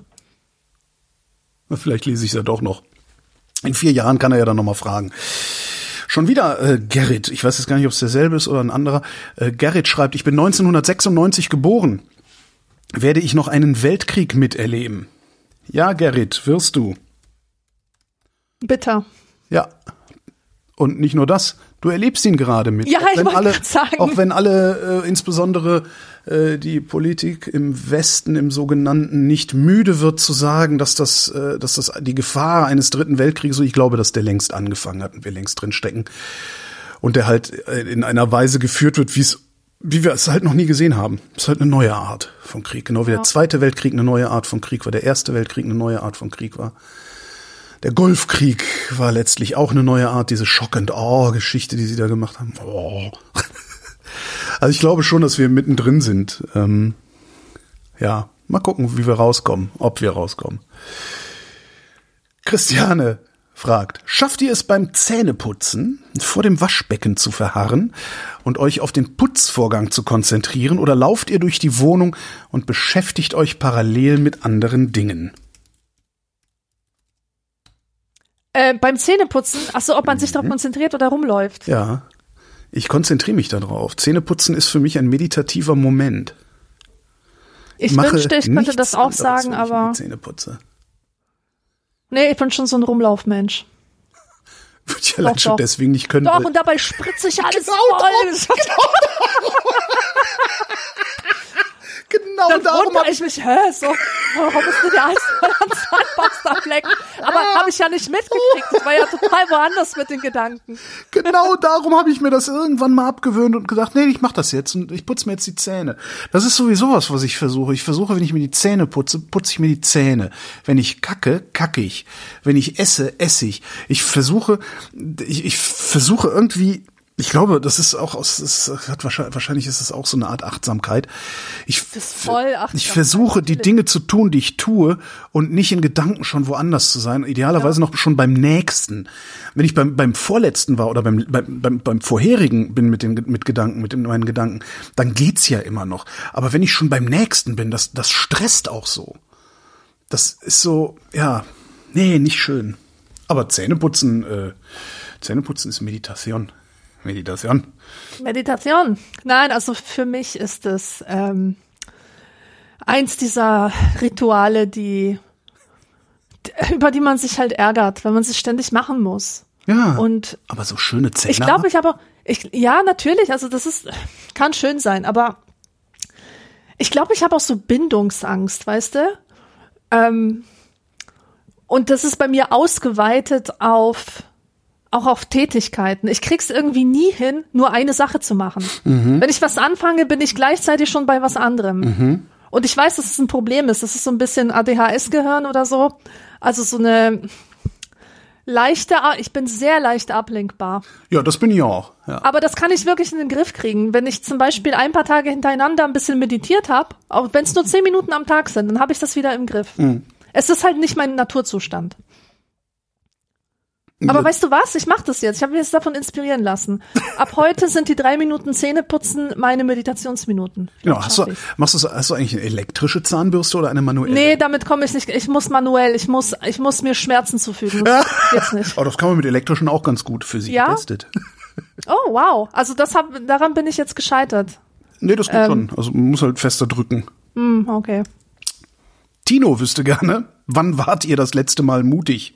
Na, vielleicht lese ich es ja doch noch. In vier Jahren kann er ja dann nochmal fragen. Schon wieder äh, Gerrit, ich weiß jetzt gar nicht, ob es derselbe ist oder ein anderer. Äh, Gerrit schreibt, ich bin neunzehnhundertsechsundneunzig geboren. Werde ich noch einen Weltkrieg miterleben? Ja, Gerrit, wirst du. Bitter. Ja. Und nicht nur das, du erlebst ihn gerade mit. Ja, auch ich wenn wollte alle, gerade sagen. Auch wenn alle, äh, insbesondere äh, die Politik im Westen, im Sogenannten, nicht müde wird zu sagen, dass das, äh, dass das die Gefahr eines dritten Weltkrieges, so ich glaube, dass der längst angefangen hat und wir längst drin stecken. Und der halt äh, in einer Weise geführt wird, wie es wie wir es halt noch nie gesehen haben. Es ist halt eine neue Art von Krieg. Genau wie ja. der Zweite Weltkrieg eine neue Art von Krieg war, der Erste Weltkrieg eine neue Art von Krieg war. Der Golfkrieg war letztlich auch eine neue Art, diese Shock-and-Awe-Geschichte, die sie da gemacht haben. Oh. Also ich glaube schon, dass wir mittendrin sind. Ähm, ja, mal gucken, wie wir rauskommen, ob wir rauskommen. Christiane fragt, schafft ihr es beim Zähneputzen vor dem Waschbecken zu verharren und euch auf den Putzvorgang zu konzentrieren oder lauft ihr durch die Wohnung und beschäftigt euch parallel mit anderen Dingen? Äh, beim Zähneputzen, achso, ob man sich darauf konzentriert oder rumläuft. Ja, ich konzentriere mich darauf. Zähneputzen ist für mich ein meditativer Moment. Ich, ich wünschte, ich könnte das auch sagen, aber... Ich Zähne putze. Nee, ich bin schon so ein Rumlaufmensch. Würde ich allein schon deswegen nicht können. Doch, und dabei spritze ich alles genau voll. Darum, genau, genau dann darum. wundere ich mich, hä, so, warum ist denn der alles voll an Zahnpastaflecken? Aber habe ich ja nicht mitgekriegt. Ich war ja total woanders mit den Gedanken. Genau darum habe ich mir das irgendwann mal abgewöhnt und gesagt, nee, ich mach das jetzt und ich putze mir jetzt die Zähne. Das ist sowieso was, was ich versuche. Ich versuche, wenn ich mir die Zähne putze, putze ich mir die Zähne. Wenn ich kacke, kacke ich. Wenn ich esse, esse ich. Ich versuche, ich, ich versuche irgendwie, ich glaube, das ist auch aus, das hat wahrscheinlich, wahrscheinlich ist es auch so eine Art Achtsamkeit. Ich, das ist voll Achtsamkeit. Ich versuche, die Dinge zu tun, die ich tue und nicht in Gedanken schon woanders zu sein. Idealerweise ja. noch schon beim nächsten. Wenn ich beim, beim vorletzten war oder beim, beim, beim, beim vorherigen bin mit den, mit Gedanken, mit den, meinen Gedanken, dann geht's ja immer noch. Aber wenn ich schon beim nächsten bin, das, das stresst auch so. Das ist so, ja, nee, nicht schön. Aber Zähneputzen, äh, Zähneputzen ist Meditation. Meditation. Meditation. Nein, also für mich ist es ähm, eins dieser Rituale, die über die man sich halt ärgert, wenn man sie ständig machen muss. Ja. Und aber so schöne Zähne. Ich glaube, ich habe auch, ich, ja, natürlich, also das ist, kann schön sein, aber ich glaube, ich habe auch so Bindungsangst, weißt du? Ähm, und das ist bei mir ausgeweitet auf auch auf Tätigkeiten. Ich krieg's irgendwie nie hin, nur eine Sache zu machen. Mhm. Wenn ich was anfange, bin ich gleichzeitig schon bei was anderem. Mhm. Und ich weiß, dass es ein Problem ist. Das ist so ein bisschen A D H S-Gehirn oder so. Also so eine leichte, ich bin sehr leicht ablenkbar. Ja, das bin ich auch. Ja. Aber das kann ich wirklich in den Griff kriegen. Wenn ich zum Beispiel ein paar Tage hintereinander ein bisschen meditiert habe, auch wenn es nur zehn Minuten am Tag sind, dann habe ich das wieder im Griff. Mhm. Es ist halt nicht mein Naturzustand. Aber weißt du was? Ich mache das jetzt. Ich habe mich jetzt davon inspirieren lassen. Ab heute sind die drei Minuten Zähneputzen meine Meditationsminuten. Genau. Hast du, machst du, hast du eigentlich eine elektrische Zahnbürste oder eine manuelle? Nee, damit komme ich nicht. Ich muss manuell. Ich muss, ich muss mir Schmerzen zufügen. Das geht's nicht. Aber das kann man mit elektrischen auch ganz gut für Sie ja? getestet. Oh, wow. Also das hab, daran bin ich jetzt gescheitert. Nee, das geht ähm, schon. Also man muss halt fester drücken. Mm, okay. Tino wüsste gerne, wann wart ihr das letzte Mal mutig?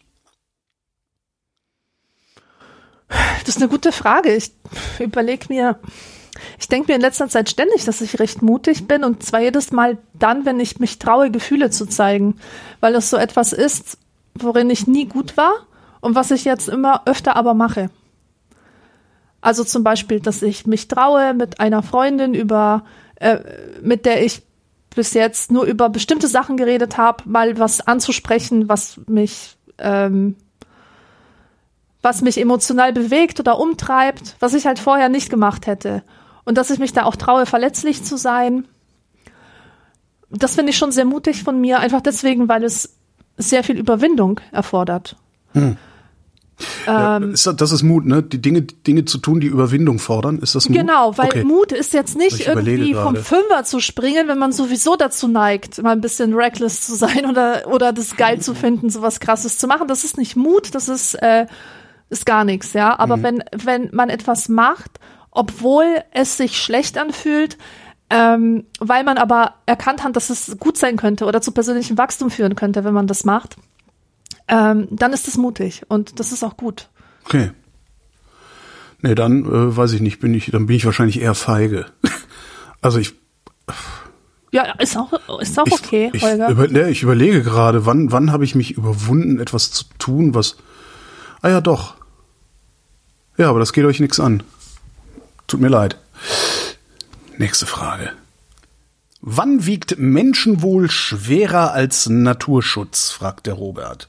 Das ist eine gute Frage. Ich überlege mir, ich denke mir in letzter Zeit ständig, dass ich recht mutig bin und zwar jedes Mal dann, wenn ich mich traue, Gefühle zu zeigen, weil es so etwas ist, worin ich nie gut war und was ich jetzt immer öfter aber mache. Also zum Beispiel, dass ich mich traue, mit einer Freundin über, äh, mit der ich bis jetzt nur über bestimmte Sachen geredet habe, mal was anzusprechen, was mich ähm, was mich emotional bewegt oder umtreibt, was ich halt vorher nicht gemacht hätte. Und dass ich mich da auch traue, verletzlich zu sein. Das finde ich schon sehr mutig von mir, einfach deswegen, weil es sehr viel Überwindung erfordert. Hm. Ja, Ähm, ist das, das ist Mut, ne? Die Dinge, Dinge zu tun, die Überwindung fordern. Ist das Mut? Genau, weil okay. Mut ist jetzt nicht Ich irgendwie vom gerade. Fünfer zu springen, wenn man sowieso dazu neigt, mal ein bisschen reckless zu sein oder, oder das geil zu finden, sowas Krasses zu machen. Das ist nicht Mut, das ist, äh, ist gar nichts, ja. Aber mhm. wenn, wenn man etwas macht, obwohl es sich schlecht anfühlt, ähm, weil man aber erkannt hat, dass es gut sein könnte oder zu persönlichem Wachstum führen könnte, wenn man das macht, ähm, dann ist es mutig und das ist auch gut. Okay. Nee, dann äh, weiß ich nicht, bin ich, dann bin ich wahrscheinlich eher feige. Also ich Ja, ist auch, ist auch ich, okay, ich, Holger. Über, nee, ich überlege gerade, wann, wann habe ich mich überwunden, etwas zu tun, was. Ah ja, doch. Ja, aber das geht euch nichts an. Tut mir leid. Nächste Frage. Wann wiegt Menschenwohl schwerer als Naturschutz, fragt der Robert.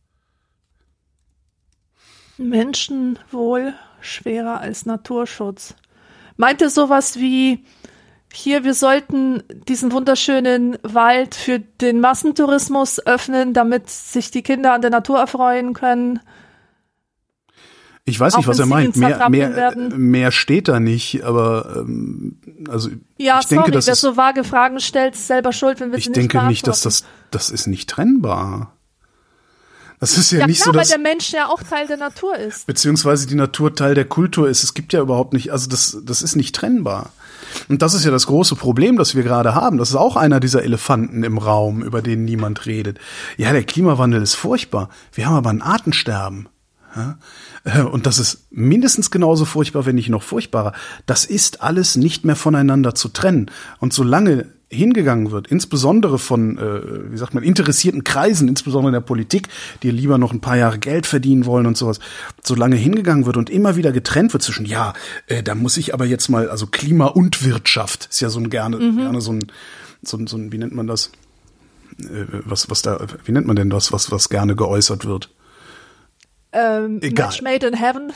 Menschenwohl schwerer als Naturschutz. Meint ihr sowas wie, hier, wir sollten diesen wunderschönen Wald für den Massentourismus öffnen, damit sich die Kinder an der Natur erfreuen können? Ich weiß nicht, was er meint. Mehr, mehr, mehr steht da nicht, aber ähm, also ja, ich denke, sorry, das wer ist, so vage Fragen stellt, ist selber schuld, wenn wir sie ich nicht denke nicht, dass das das ist nicht trennbar. Das ist ja, ja nicht klar, so, dass weil der Mensch ja auch Teil der Natur ist. Beziehungsweise die Natur Teil der Kultur ist. Es gibt ja überhaupt nicht, also das das ist nicht trennbar. Und das ist ja das große Problem, das wir gerade haben. Das ist auch einer dieser Elefanten im Raum, über den niemand redet. Ja, der Klimawandel ist furchtbar. Wir haben aber ein Artensterben. Ja? Und das ist mindestens genauso furchtbar, wenn nicht noch furchtbarer. Das ist alles nicht mehr voneinander zu trennen. Und solange hingegangen wird, insbesondere von, äh, wie sagt man, interessierten Kreisen, insbesondere in der Politik, die lieber noch ein paar Jahre Geld verdienen wollen und sowas, solange hingegangen wird und immer wieder getrennt wird zwischen, ja, äh, da muss ich aber jetzt mal, also Klima und Wirtschaft ist ja so ein gerne, mhm. gerne so ein, so ein, so ein, wie nennt man das? Äh, was, was da, wie nennt man denn das, was, was gerne geäußert wird? Ähm, Egal. Match made in heaven.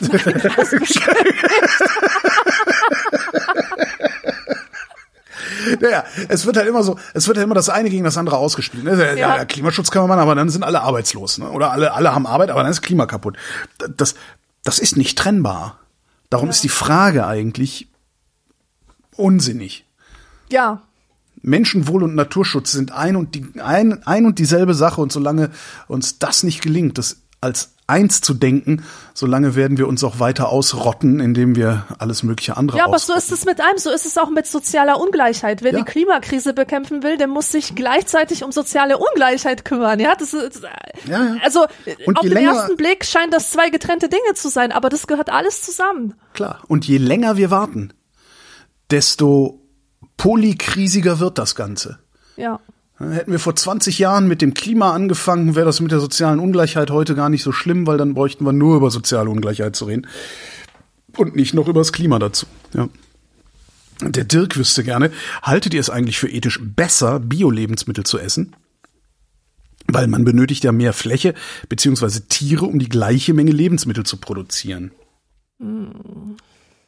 Naja, es wird halt immer so, es wird halt immer das eine gegen das andere ausgespielt. Ne? Ja, ja. Ja, Klimaschutz kann man machen, aber dann sind alle arbeitslos, ne? Oder alle, alle haben Arbeit, aber dann ist Klima kaputt. Das, das ist nicht trennbar. Darum ja. ist die Frage eigentlich unsinnig. Ja. Menschenwohl und Naturschutz sind ein und die, ein, ein und dieselbe Sache, und solange uns das nicht gelingt, das als eins zu denken, solange werden wir uns auch weiter ausrotten, indem wir alles mögliche andere Ja, aber ausrotten. so ist es mit allem, so ist es auch mit sozialer Ungleichheit. Wer ja. die Klimakrise bekämpfen will, der muss sich gleichzeitig um soziale Ungleichheit kümmern. Ja, das ist, ja, ja. also und auf den länger, ersten Blick scheinen das zwei getrennte Dinge zu sein, aber das gehört alles zusammen. Klar. Und je länger wir warten, desto polykrisiger wird das Ganze. Ja. Hätten wir vor zwanzig Jahren mit dem Klima angefangen, wäre das mit der sozialen Ungleichheit heute gar nicht so schlimm, weil dann bräuchten wir nur über soziale Ungleichheit zu reden und nicht noch über das Klima dazu. Ja. Der Dirk wüsste gerne, haltet ihr es eigentlich für ethisch besser, Bio-Lebensmittel zu essen? Weil man benötigt ja mehr Fläche beziehungsweise Tiere, um die gleiche Menge Lebensmittel zu produzieren. Hm.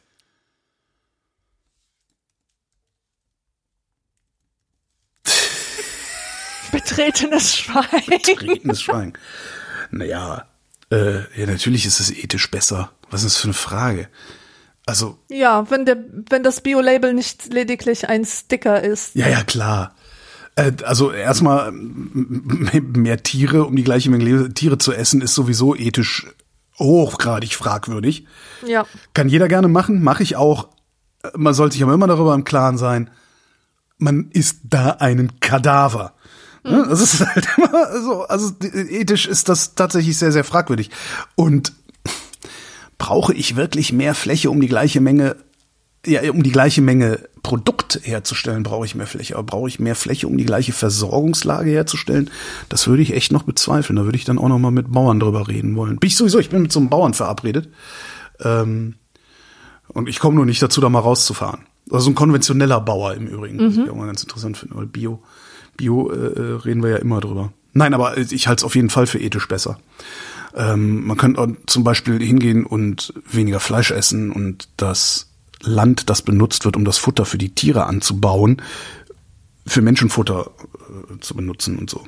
Betretenes Schweigen. Betretenes Schweigen. Naja, äh, ja, natürlich ist es ethisch besser. Was ist das für eine Frage? Also. Ja, wenn der, wenn das Bio-Label nicht lediglich ein Sticker ist. Ja, ja, klar. Äh, also erstmal mehr Tiere, um die gleiche Menge Tiere zu essen, ist sowieso ethisch hochgradig fragwürdig. Ja. Kann jeder gerne machen, mache ich auch. Man sollte sich aber immer darüber im Klaren sein, man isst da einen Kadaver. Das ist halt immer so, also ethisch ist das tatsächlich sehr, sehr fragwürdig. Und brauche ich wirklich mehr Fläche, um die gleiche Menge, ja, um die gleiche Menge Produkt herzustellen, brauche ich mehr Fläche. Aber brauche ich mehr Fläche, um die gleiche Versorgungslage herzustellen? Das würde ich echt noch bezweifeln. Da würde ich dann auch noch mal mit Bauern drüber reden wollen. Bin ich sowieso, ich bin mit so einem Bauern verabredet. Ähm, und ich komme nur nicht dazu, da mal rauszufahren. Also ein konventioneller Bauer im Übrigen, was mhm. ich auch mal ganz interessant finde, weil Bio Bio äh, reden wir ja immer drüber. Nein, aber ich halte es auf jeden Fall für ethisch besser. Ähm, man könnte auch zum Beispiel hingehen und weniger Fleisch essen und das Land, das benutzt wird, um das Futter für die Tiere anzubauen, für Menschenfutter äh, zu benutzen und so.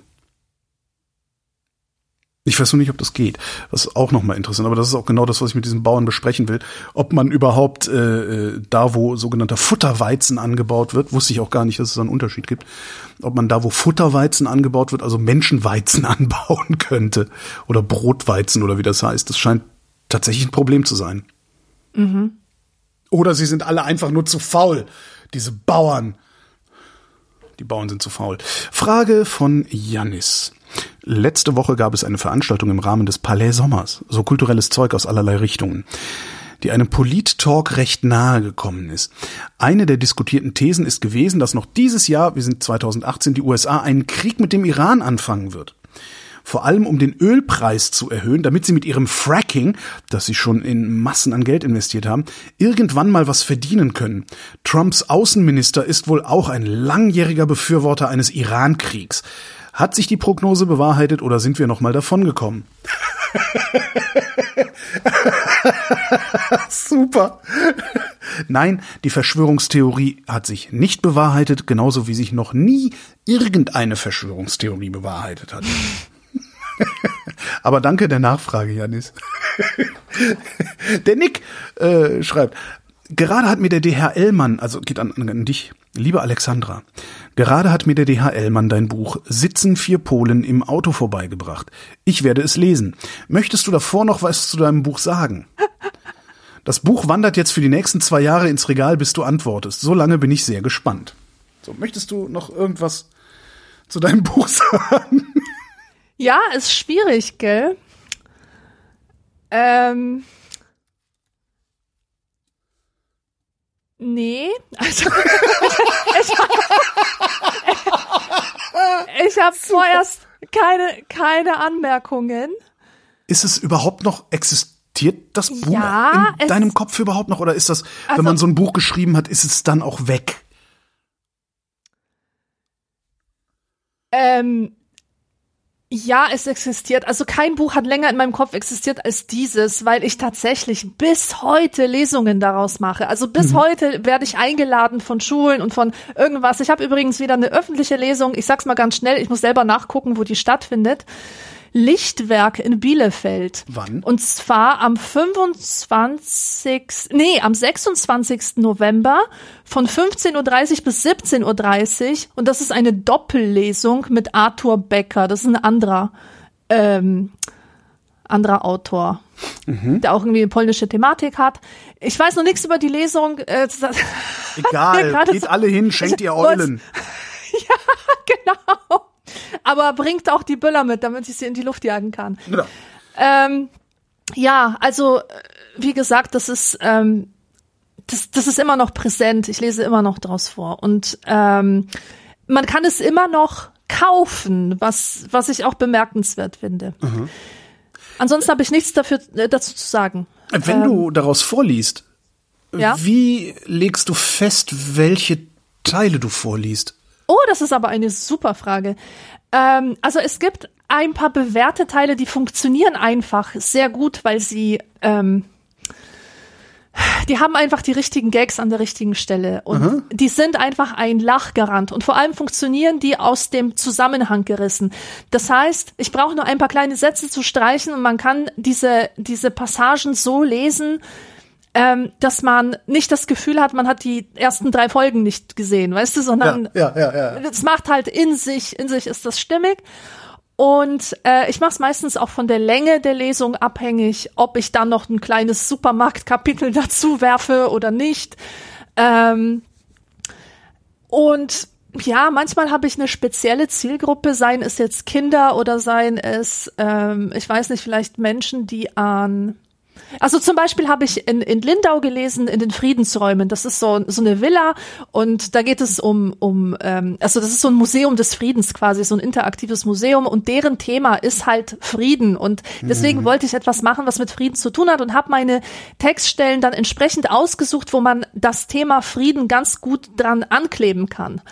Ich weiß nur nicht, ob das geht. Das ist auch nochmal interessant, aber das ist auch genau das, was ich mit diesen Bauern besprechen will. Ob man überhaupt äh, da, wo sogenannter Futterweizen angebaut wird, wusste ich auch gar nicht, dass es da einen Unterschied gibt, ob man da, wo Futterweizen angebaut wird, also Menschenweizen anbauen könnte oder Brotweizen oder wie das heißt. Das scheint tatsächlich ein Problem zu sein. Mhm. Oder sie sind alle einfach nur zu faul, diese Bauern. Die Bauern sind zu faul. Frage von Jannis. Letzte Woche gab es eine Veranstaltung im Rahmen des Palais Sommers, so kulturelles Zeug aus allerlei Richtungen, die einem Polit-Talk recht nahe gekommen ist. Eine der diskutierten Thesen ist gewesen, dass noch dieses Jahr, wir sind zweitausendachtzehn, die U S A einen Krieg mit dem Iran anfangen wird. vor allem um den Ölpreis zu erhöhen, damit sie mit ihrem Fracking, das sie schon in Massen an Geld investiert haben, irgendwann mal was verdienen können. Trumps Außenminister ist wohl auch ein langjähriger Befürworter eines Iran-Kriegs. Hat sich die Prognose bewahrheitet oder sind wir noch mal davongekommen? Super. Nein, die Verschwörungstheorie hat sich nicht bewahrheitet, genauso wie sich noch nie irgendeine Verschwörungstheorie bewahrheitet hat. Aber danke der Nachfrage, Janis. Der Nick äh, schreibt, gerade hat mir der D H L-Mann, also geht an, an dich, liebe Alexandra, gerade hat mir der D H L-Mann dein Buch Sitzen vier Polen im Auto vorbeigebracht. Ich werde es lesen. Möchtest du davor noch was zu deinem Buch sagen? Das Buch wandert jetzt für die nächsten zwei Jahre ins Regal, bis du antwortest. So lange bin ich sehr gespannt. So, möchtest du noch irgendwas zu deinem Buch sagen? Ja, ist schwierig, gell? Ähm... Nee, also ich, ich habe vorerst keine, keine Anmerkungen. Ist es überhaupt noch, existiert das Buch ja, in deinem Kopf überhaupt noch? Oder ist das, also, wenn man so ein Buch geschrieben hat, ist es dann auch weg? Ähm, ja, es existiert. Also kein Buch hat länger in meinem Kopf existiert als dieses, weil ich tatsächlich bis heute Lesungen daraus mache. Also bis mhm. heute werde ich eingeladen von Schulen und von irgendwas. Ich habe übrigens wieder eine öffentliche Lesung. Ich sag's mal ganz schnell, ich muss selber nachgucken, wo die stattfindet. Lichtwerk in Bielefeld. Wann? Und zwar am fünfundzwanzigsten Nee, am sechsundzwanzigsten November von fünfzehn Uhr dreißig bis siebzehn Uhr dreißig. Und das ist eine Doppellesung mit Arthur Becker. Das ist ein anderer, ähm, anderer Autor, mhm. der auch irgendwie eine polnische Thematik hat. Ich weiß noch nichts über die Lesung. Äh, Egal, geht so, alle hin, schenkt ihr Eulen. Ja, genau. Aber bringt auch die Böller mit, damit ich sie in die Luft jagen kann. Ja, ähm, ja also wie gesagt, das ist ähm, das, das ist immer noch präsent. Ich lese immer noch draus vor. Und ähm, man kann es immer noch kaufen, was, was ich auch bemerkenswert finde. Mhm. Ansonsten habe ich nichts dafür, äh, dazu zu sagen. Wenn ähm, du daraus vorliest, ja? Wie legst du fest, welche Teile du vorliest? Oh, das ist aber eine super Frage. Ähm, also es gibt ein paar bewährte Teile, die funktionieren einfach sehr gut, weil sie ähm, die haben einfach die richtigen Gags an der richtigen Stelle und Aha. die sind einfach ein Lachgarant und vor allem funktionieren die aus dem Zusammenhang gerissen. Das heißt, ich brauche nur ein paar kleine Sätze zu streichen und man kann diese diese Passagen so lesen, ähm, dass man nicht das Gefühl hat, man hat die ersten drei Folgen nicht gesehen, weißt du, sondern ja, ja, ja, ja. es macht halt in sich, in sich ist das stimmig. Und äh, ich mache es meistens auch von der Länge der Lesung abhängig, ob ich dann noch ein kleines Supermarktkapitel dazu werfe oder nicht. Ähm, und ja, manchmal habe ich eine spezielle Zielgruppe, seien es jetzt Kinder oder seien es, ähm, ich weiß nicht, vielleicht Menschen, die an Also zum Beispiel habe ich in, in Lindau gelesen, in den Friedensräumen. Das ist so, so eine Villa und da geht es um, um ähm, also das ist so ein Museum des Friedens quasi, so ein interaktives Museum und deren Thema ist halt Frieden und deswegen mhm. wollte ich etwas machen, was mit Frieden zu tun hat und habe meine Textstellen dann entsprechend ausgesucht, wo man das Thema Frieden ganz gut dran ankleben kann.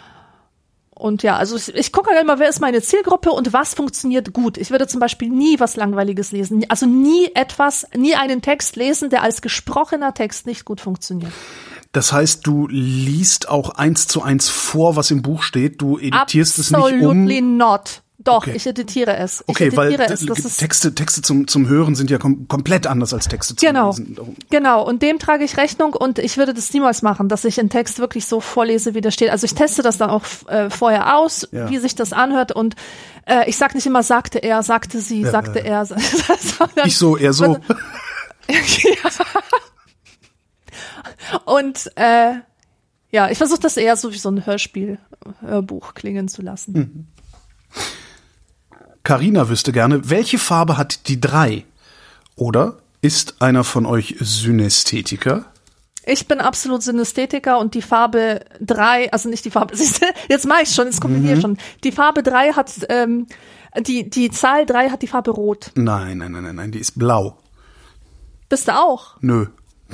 Und ja, also ich, ich gucke halt immer, wer ist meine Zielgruppe und was funktioniert gut. Ich würde zum Beispiel nie was Langweiliges lesen. Also nie etwas, nie einen Text lesen, der als gesprochener Text nicht gut funktioniert. Das heißt, du liest auch eins zu eins vor, was im Buch steht. Du editierst Absolutely es nicht um. Absolutely not. Doch, okay. ich editiere es. Ich okay, editiere weil es. Das ist Texte, Texte zum, zum Hören sind ja kom- komplett anders als Texte zum genau, Lesen. Genau, und dem trage ich Rechnung und ich würde das niemals machen, dass ich einen Text wirklich so vorlese, wie der steht. Also ich teste das dann auch äh, vorher aus, ja. wie sich das anhört und äh, ich sag nicht immer, sagte er, sagte sie, ja, sagte ja. er. Ich so, er so. Ja. Und äh, ja, ich versuche das eher so wie so ein Hörspiel, Hörbuch klingen zu lassen. Mhm. Carina wüsste gerne, welche Farbe hat die drei? Oder ist einer von euch Synästhetiker? Ich bin absolut Synästhetiker und die Farbe drei, also nicht die Farbe, jetzt mache ich schon, jetzt kommt mhm. hier schon. Die Farbe drei hat ähm, Die, die Zahl drei hat die Farbe rot. Nein, nein, nein, nein, nein, die ist blau. Bist du auch? Nö.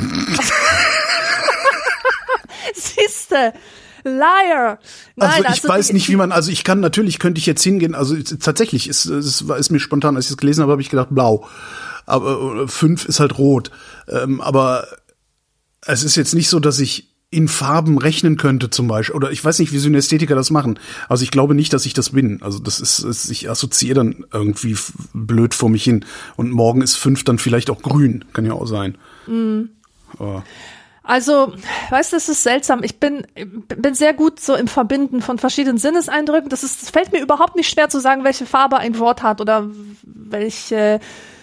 Siehste, Liar. Nein, also ich also weiß die, nicht, wie man, also ich kann, natürlich könnte ich jetzt hingehen, also tatsächlich, ist, es ist mir spontan, als ich es gelesen habe, habe ich gedacht, blau. Aber fünf ist halt rot. Ähm, aber es ist jetzt nicht so, dass ich in Farben rechnen könnte zum Beispiel. Oder ich weiß nicht, wie Synästhetiker das machen. Also ich glaube nicht, dass ich das bin. Also das ist, ist ich assoziiere dann irgendwie f- blöd vor mich hin. Und morgen ist fünf dann vielleicht auch grün. Kann ja auch sein. Mhm. Aber Also, weißt du, das ist seltsam. Ich bin, bin sehr gut so im Verbinden von verschiedenen Sinneseindrücken. Das ist, es fällt mir überhaupt nicht schwer zu sagen, welche Farbe ein Wort hat oder welche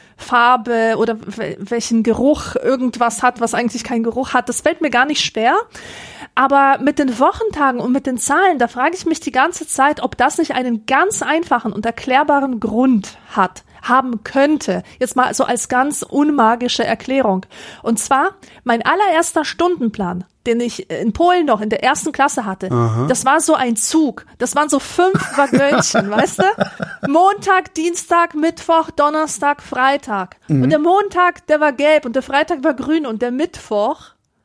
Farbe oder welchen Geruch irgendwas hat, was eigentlich keinen Geruch hat. Das fällt mir gar nicht schwer. Aber mit den Wochentagen und mit den Zahlen, da frage ich mich die ganze Zeit, ob das nicht einen ganz einfachen und erklärbaren Grund hat, haben könnte. Jetzt mal so als ganz unmagische Erklärung. Und zwar, mein allererster Stundenplan, den ich in Polen noch in der ersten Klasse hatte, Aha. das war so ein Zug. Das waren so fünf Waggönchen, weißt du? Montag, Dienstag, Mittwoch, Donnerstag, Freitag. Mhm. Und der Montag, der war gelb und der Freitag war grün und der Mittwoch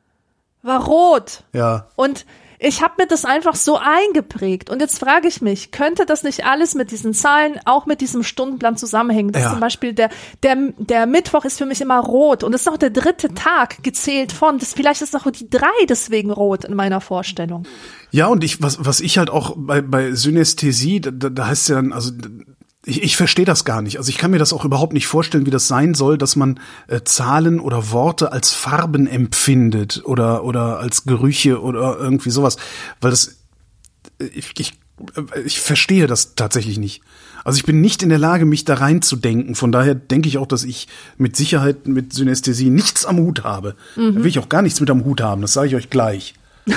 war rot. Ja. Und ich habe mir das einfach so eingeprägt. Und jetzt frage ich mich, könnte das nicht alles mit diesen Zahlen, auch mit diesem Stundenplan zusammenhängen? Dass ja. zum Beispiel der, der, der Mittwoch ist für mich immer rot. Und es ist auch der dritte Tag gezählt von. Das, vielleicht ist auch die drei deswegen rot in meiner Vorstellung. Ja, und ich, was, was ich halt auch bei, bei Synästhesie, da, da heißt es ja dann, also, Ich, ich verstehe das gar nicht. Also ich kann mir das auch überhaupt nicht vorstellen, wie das sein soll, dass man äh, Zahlen oder Worte als Farben empfindet oder oder als Gerüche oder irgendwie sowas, weil das ich ich, ich verstehe das tatsächlich nicht. Also ich bin nicht in der Lage, mich da reinzudenken. Von daher denke ich auch, dass ich mit Sicherheit mit Synästhesie nichts am Hut habe. Mhm. Da will ich auch gar nichts mit am Hut haben. Das sage ich euch gleich.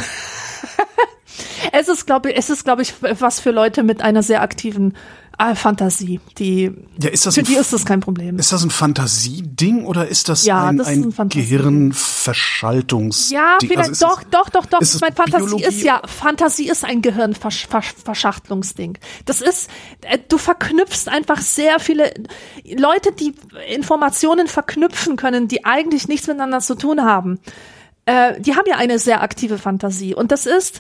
Es ist, glaube ich, es ist, glaube ich, was für Leute mit einer sehr aktiven äh, Fantasie. Die, ja, ist das für ein, die ist das kein Problem. Ist das ein Fantasieding oder ist das ja, ein, das ein, ein Gehirnverschaltungs? Ja, vielleicht, also doch, doch, doch, doch. Ich meine, Fantasie Biologie? ist ja, Fantasie ist ein Gehirnverschachtelungsding. Das ist, äh, du verknüpfst einfach sehr viele Leute, die Informationen verknüpfen können, die eigentlich nichts miteinander zu tun haben. Äh, die haben ja eine sehr aktive Fantasie. Und das ist,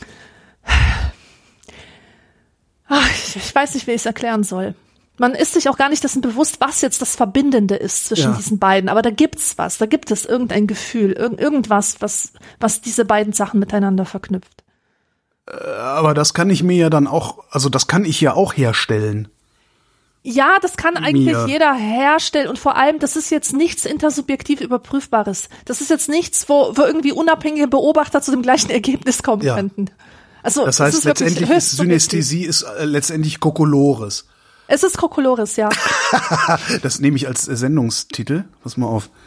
ach, ich, ich weiß nicht, wie ich es erklären soll. Man ist sich auch gar nicht dessen bewusst, was jetzt das Verbindende ist zwischen ja. diesen beiden. Aber da gibt's was, da gibt es irgendein Gefühl, irg- irgendwas, was, was diese beiden Sachen miteinander verknüpft. Aber das kann ich mir ja dann auch, also das kann ich ja auch herstellen. Ja, das kann eigentlich mir. jeder herstellen und vor allem, das ist jetzt nichts intersubjektiv Überprüfbares. Das ist jetzt nichts, wo, wo irgendwie unabhängige Beobachter zu dem gleichen Ergebnis kommen ja. könnten. Also, das heißt, ist letztendlich ist Synästhesie ist äh, letztendlich Kokolores. Es ist Kokolores, ja. Das nehme ich als äh, Sendungstitel. Pass mal auf.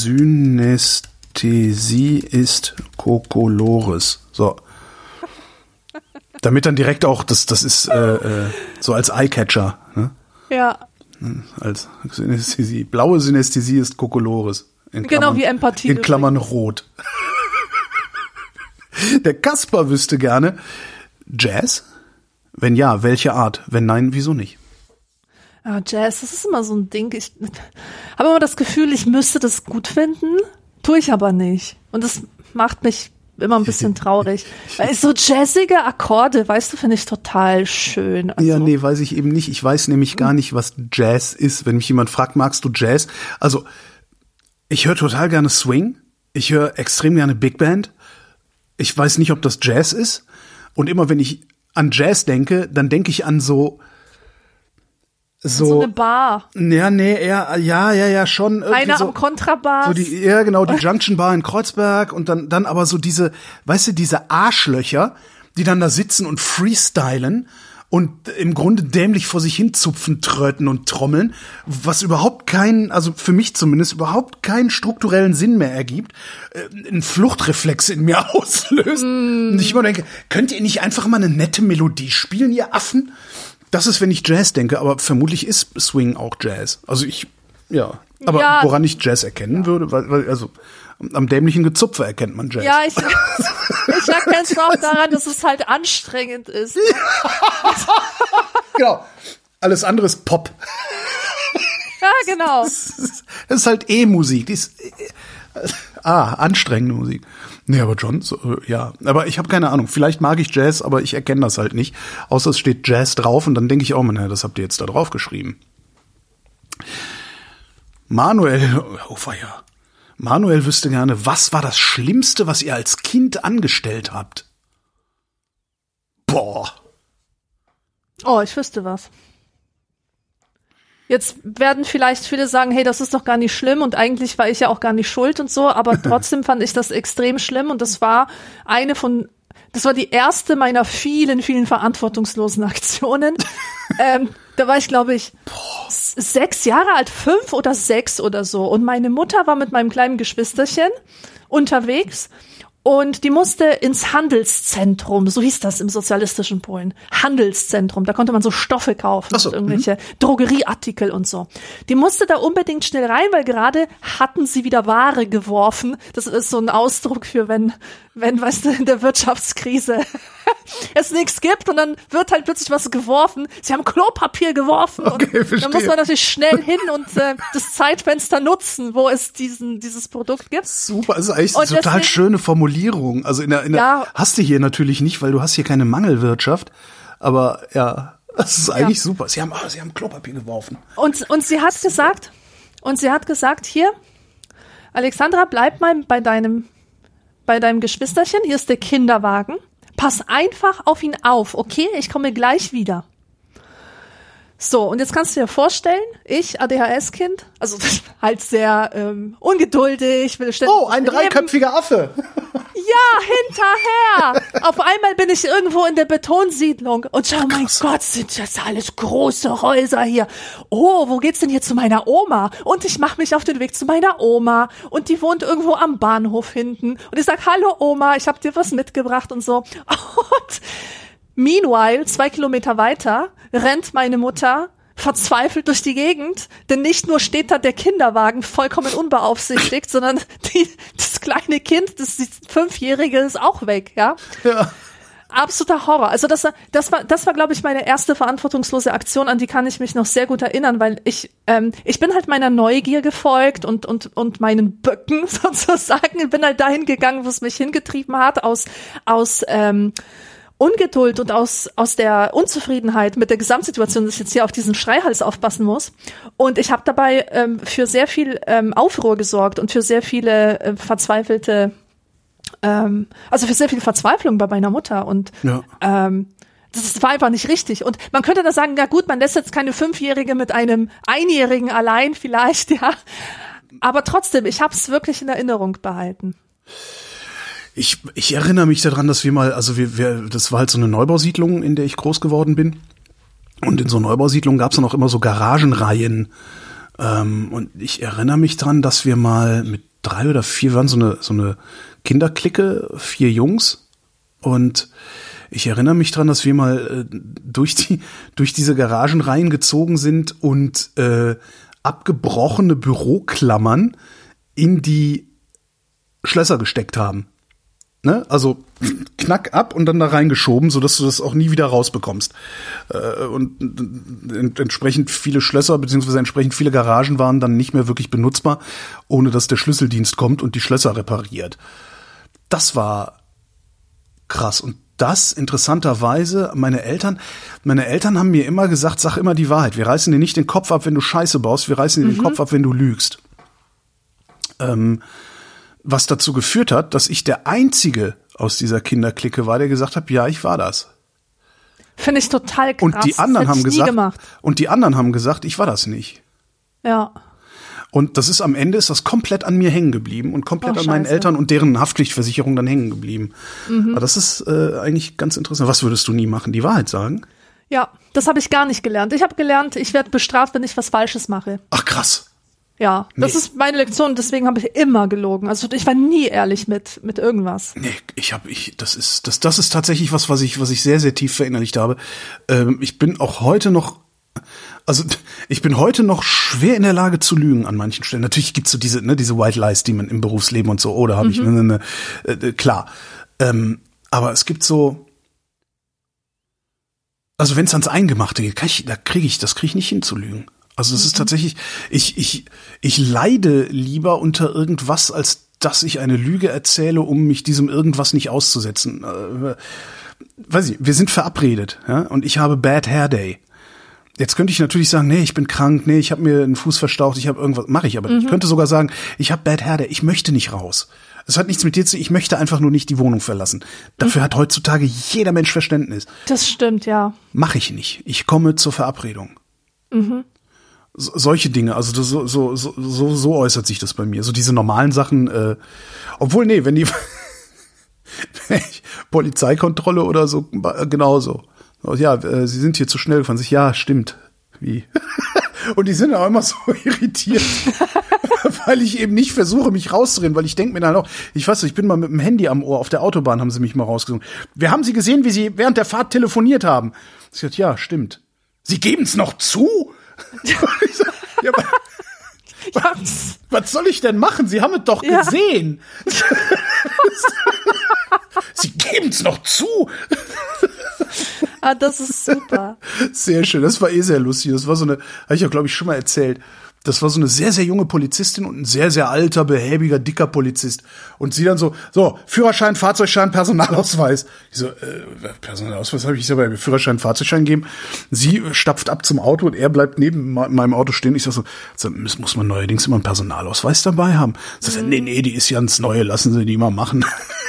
Synästhesie ist Kokolores. So. Damit dann direkt auch, das, das ist äh, äh, so als Eyecatcher, ne? Ja. Als Synästhesie. Blaue Synästhesie ist Kokolores. In Genau Klammern, wie Empathie. In Klammern übrigens. Rot. Der Kasper wüsste gerne, Jazz? Wenn ja, welche Art? Wenn nein, wieso nicht? Ja, Jazz, das ist immer so ein Ding. Ich habe immer das Gefühl, ich müsste das gut finden, tue ich aber nicht. Und das macht mich immer ein bisschen traurig. Weil so jazzige Akkorde, weißt du, finde ich total schön. Also, ja, nee, weiß ich eben nicht. Ich weiß nämlich gar nicht, was Jazz ist. Wenn mich jemand fragt, magst du Jazz? Also, ich höre total gerne Swing. Ich höre extrem gerne Big Band. Ich weiß nicht, ob das Jazz ist. Und immer wenn ich an Jazz denke, dann denke ich an so so, so eine Bar. Ja, nee, eher, ja, ja, ja, schon. Einer so, am Kontrabass. So die, ja, genau, die Junction Bar in Kreuzberg und dann, dann aber so diese, weißt du, diese Arschlöcher, die dann da sitzen und freestylen und im Grunde dämlich vor sich hin zupfen, tröten und trommeln, was überhaupt keinen, also für mich zumindest, überhaupt keinen strukturellen Sinn mehr ergibt, äh, einen Fluchtreflex in mir auslöst. Mm. Und ich immer denke, könnt ihr nicht einfach mal eine nette Melodie spielen, ihr Affen? Das ist, wenn ich Jazz denke, aber vermutlich ist Swing auch Jazz. Also ich, ja. Aber ja. woran ich Jazz erkennen würde, weil, weil also am dämlichen Gezupfe erkennt man Jazz. Ja, ich, ich erkenne es auch daran, dass es halt anstrengend ist. Genau. Alles andere ist Pop. Ja, genau. Das ist, das ist halt E-Musik. Die ist äh, ah, anstrengende Musik. Nee, aber John, so, ja. Aber ich habe keine Ahnung. Vielleicht mag ich Jazz, aber ich erkenne das halt nicht. Außer es steht Jazz drauf und dann denke ich auch, naja, das habt ihr jetzt da drauf geschrieben. Manuel, oh feier. Manuel wüsste gerne, was war das Schlimmste, was ihr als Kind angestellt habt? Boah. Oh, ich wüsste was. Jetzt werden vielleicht viele sagen, hey, das ist doch gar nicht schlimm und eigentlich war ich ja auch gar nicht schuld und so, aber trotzdem fand ich das extrem schlimm und das war eine von, das war die erste meiner vielen, vielen verantwortungslosen Aktionen. ähm, da war ich, glaube ich, Boah. sechs Jahre alt, fünf oder sechs oder so und meine Mutter war mit meinem kleinen Geschwisterchen unterwegs. Und die musste ins Handelszentrum, so hieß das im sozialistischen Polen. Handelszentrum, da konnte man so Stoffe kaufen, Ach so, und irgendwelche m- Drogerieartikel und so. Die musste da unbedingt schnell rein, weil gerade hatten sie wieder Ware geworfen. Das ist so ein Ausdruck für, wenn, wenn, weißt du, in der Wirtschaftskrise es nichts gibt und dann wird halt plötzlich was geworfen. Sie haben Klopapier geworfen okay, und dann muss man natürlich schnell hin und äh, das Zeitfenster nutzen, wo es diesen dieses Produkt gibt. Super, das ist eigentlich eine und total deswegen, schöne Formulierung. Also in der, in der ja, hast du hier natürlich nicht, weil du hast hier keine Mangelwirtschaft. Aber ja, das ist eigentlich ja. super. Sie haben, oh, sie haben Klopapier geworfen. Und und sie hat gesagt, und sie hat gesagt, hier, Alexandra, bleib mal bei deinem bei deinem Geschwisterchen. Hier ist der Kinderwagen. Pass einfach auf ihn auf, okay? Ich komme gleich wieder. So, und jetzt kannst du dir vorstellen, ich, A D H S-Kind, also halt sehr ähm, ungeduldig, will ständig. Oh, ein dreiköpfiger Affe. Ja, hinterher. Auf einmal bin ich irgendwo in der Betonsiedlung und schau, mein Gott, sind das alles große Häuser hier. Oh, wo geht's denn hier zu meiner Oma? Und ich mache mich auf den Weg zu meiner Oma und die wohnt irgendwo am Bahnhof hinten. Und ich sag, hallo Oma, ich habe dir was mitgebracht und so. Und meanwhile, zwei Kilometer weiter, rennt meine Mutter verzweifelt durch die Gegend, denn nicht nur steht da der Kinderwagen vollkommen unbeaufsichtigt, sondern die, das kleine Kind, das Fünfjährige, ist auch weg, ja. Ja. Absoluter Horror. Also das war, das war, das war, glaube ich, meine erste verantwortungslose Aktion, an die kann ich mich noch sehr gut erinnern, weil ich, ähm, ich bin halt meiner Neugier gefolgt und und und meinen Böcken sozusagen. Ich bin halt dahin gegangen, wo es mich hingetrieben hat, aus aus ähm, Ungeduld und aus aus der Unzufriedenheit mit der Gesamtsituation, dass ich jetzt hier auf diesen Schreihals aufpassen muss. Und ich habe dabei ähm, für sehr viel ähm, Aufruhr gesorgt und für sehr viele äh, verzweifelte, ähm, also für sehr viel Verzweiflung bei meiner Mutter. Und ja. ähm, das war einfach nicht richtig. Und man könnte da sagen, ja gut, man lässt jetzt keine Fünfjährige mit einem Einjährigen allein vielleicht, ja. Aber trotzdem, ich habe es wirklich in Erinnerung behalten. Ich, ich erinnere mich daran, dass wir mal, also wir, wir, das war halt so eine Neubausiedlung, in der ich groß geworden bin. Und in so Neubausiedlungen gab es dann auch immer so Garagenreihen. Ähm, und ich erinnere mich dran, dass wir mal mit drei oder vier waren so eine, so eine Kinderclique, vier Jungs. Und ich erinnere mich dran, dass wir mal äh, durch die, durch diese Garagenreihen gezogen sind und äh, abgebrochene Büroklammern in die Schlösser gesteckt haben. Ne? Also knack ab und dann da reingeschoben, sodass du das auch nie wieder rausbekommst. Äh, und ent- entsprechend viele Schlösser beziehungsweise entsprechend viele Garagen waren dann nicht mehr wirklich benutzbar, ohne dass der Schlüsseldienst kommt und die Schlösser repariert. Das war krass. Und das interessanterweise, meine Eltern, meine Eltern haben mir immer gesagt, sag immer die Wahrheit. Wir reißen dir nicht den Kopf ab, wenn du Scheiße baust, wir reißen dir mhm. den Kopf ab, wenn du lügst. Ähm, Was dazu geführt hat, dass ich der Einzige aus dieser Kinderclique war, der gesagt hat, ja, ich war das. Finde ich total krass. Und die anderen das haben hätte ich nie gesagt, gemacht. und die anderen haben gesagt, ich war das nicht. Ja. Und das ist am Ende ist das komplett an mir hängen geblieben und komplett Oh, an meinen Scheiße. Eltern und deren Haftpflichtversicherung dann hängen geblieben. Mhm. Aber das ist äh, eigentlich ganz interessant. Was würdest du nie machen? Die Wahrheit sagen? Ja, das habe ich gar nicht gelernt. Ich habe gelernt, ich werde bestraft, wenn ich was Falsches mache. Ach krass. Ja, das Nee. ist meine Lektion, deswegen habe ich immer gelogen. Also ich war nie ehrlich mit mit irgendwas. Nee, ich habe ich das ist das das ist tatsächlich was, was ich was ich sehr sehr tief verinnerlicht habe. Ähm, ich bin auch heute noch also ich bin heute noch schwer in der Lage zu lügen an manchen Stellen. Natürlich gibt's so diese ne diese White Lies, die man im Berufsleben und so, oh, da habe ich ne, ne, ne, äh, klar. Ähm, aber es gibt so Also wenn es ans Eingemachte geht, kann ich, da kriege ich, das kriege ich nicht hin zu lügen. Also es mhm. ist tatsächlich, ich, ich, ich leide lieber unter irgendwas, als dass ich eine Lüge erzähle, um mich diesem irgendwas nicht auszusetzen. Äh, weiß ich, wir sind verabredet, ja, und ich habe Bad Hair Day. Jetzt könnte ich natürlich sagen, nee, ich bin krank, nee, ich habe mir einen Fuß verstaucht, ich habe irgendwas, mache ich aber nicht. Mhm. Ich könnte sogar sagen, ich habe Bad Hair Day, ich möchte nicht raus. Es hat nichts mit dir zu tun, ich möchte einfach nur nicht die Wohnung verlassen. Dafür mhm. hat heutzutage jeder Mensch Verständnis. Das stimmt, ja. Mache ich nicht. Ich komme zur Verabredung. Mhm. So, solche Dinge, also das, so, so, so, so, so äußert sich das bei mir. So diese normalen Sachen, äh, obwohl, nee, wenn die Polizeikontrolle oder so, genauso. Ja, äh, Sie sind hier zu schnell gefahren. Sich, ja, stimmt. Wie? Und die sind auch immer so irritiert, weil ich eben nicht versuche, mich rauszureden, weil ich denke mir dann auch, ich weiß nicht, ich bin mal mit dem Handy am Ohr, auf der Autobahn haben sie mich mal rausgesungen. Wir haben Sie gesehen, wie Sie während der Fahrt telefoniert haben. Ich sag, ja, stimmt. Sie geben es noch zu? Ich sag, ja, aber, was, was soll ich denn machen? Sie haben es doch ja. gesehen. Sie geben es noch zu. Ah, das ist super. Sehr schön, das war eh sehr lustig. Das war so eine, habe ich ja, glaube ich, schon mal erzählt. Das war so eine sehr, sehr junge Polizistin und ein sehr, sehr alter, behäbiger, dicker Polizist. Und sie dann so, so, Führerschein, Fahrzeugschein, Personalausweis. Ich so, äh, Personalausweis habe ich nicht dabei, Führerschein, Fahrzeugschein geben. Sie stapft ab zum Auto und er bleibt neben meinem Auto stehen. Ich sag so, so muss man neuerdings immer einen Personalausweis dabei haben? Sie sagt, nee, nee, die ist ja ins Neue, lassen Sie die mal machen.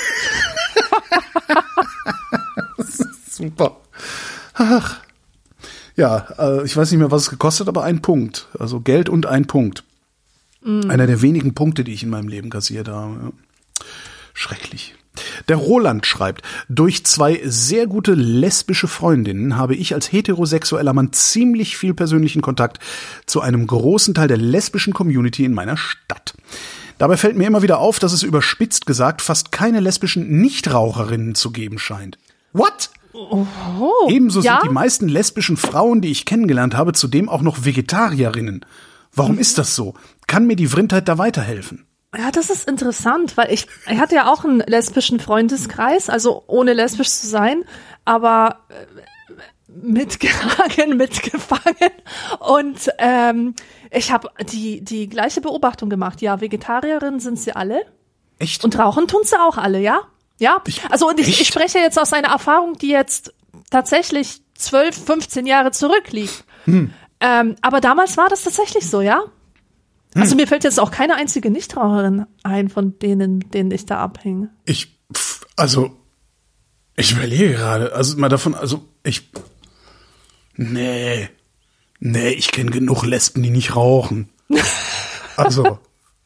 Das ist super. Ach. Ja, äh, ich weiß nicht mehr, was es gekostet, aber ein Punkt. Also Geld und ein Punkt. Mm. Einer der wenigen Punkte, die ich in meinem Leben kassiert habe. Ja. Schrecklich. Der Roland schreibt, durch zwei sehr gute lesbische Freundinnen habe ich als heterosexueller Mann ziemlich viel persönlichen Kontakt zu einem großen Teil der lesbischen Community in meiner Stadt. Dabei fällt mir immer wieder auf, dass es überspitzt gesagt fast keine lesbischen Nichtraucherinnen zu geben scheint. What? Oh, Ebenso ja? sind die meisten lesbischen Frauen, die ich kennengelernt habe, zudem auch noch Vegetarierinnen. Warum mhm. ist das so? Kann mir die Vrindheit da weiterhelfen? Ja, das ist interessant, weil ich, ich hatte ja auch einen lesbischen Freundeskreis, also ohne lesbisch zu sein, aber mitgehangen, mitgefangen. Und ähm, ich habe die die gleiche Beobachtung gemacht. Ja, Vegetarierinnen sind sie alle. Echt? Und rauchen tun sie auch alle, ja? Ja, also und ich, ich spreche jetzt aus einer Erfahrung, die jetzt tatsächlich zwölf, fünfzehn Jahre zurückliegt. Hm. Ähm, aber damals war das tatsächlich so, ja? Hm. Also mir fällt jetzt auch keine einzige Nichtraucherin ein, von denen, denen ich da abhänge. Ich, also, ich überlege gerade, also mal davon, also ich, nee, nee, ich kenne genug Lesben, die nicht rauchen. Also.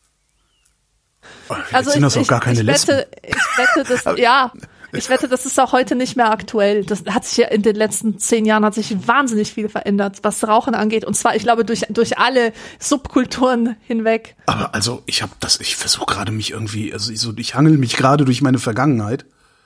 Also ich, sind das auch ich, gar keine ich wette, ich wette, das, ja, ich wette, das ist auch heute nicht mehr aktuell. Das hat sich ja in den letzten zehn Jahren hat sich wahnsinnig viel verändert, was Rauchen angeht. Und zwar, ich glaube, durch durch alle Subkulturen hinweg. Aber also, ich habe das, ich versuche gerade mich irgendwie, also ich, so, ich hangel mich gerade durch meine Vergangenheit.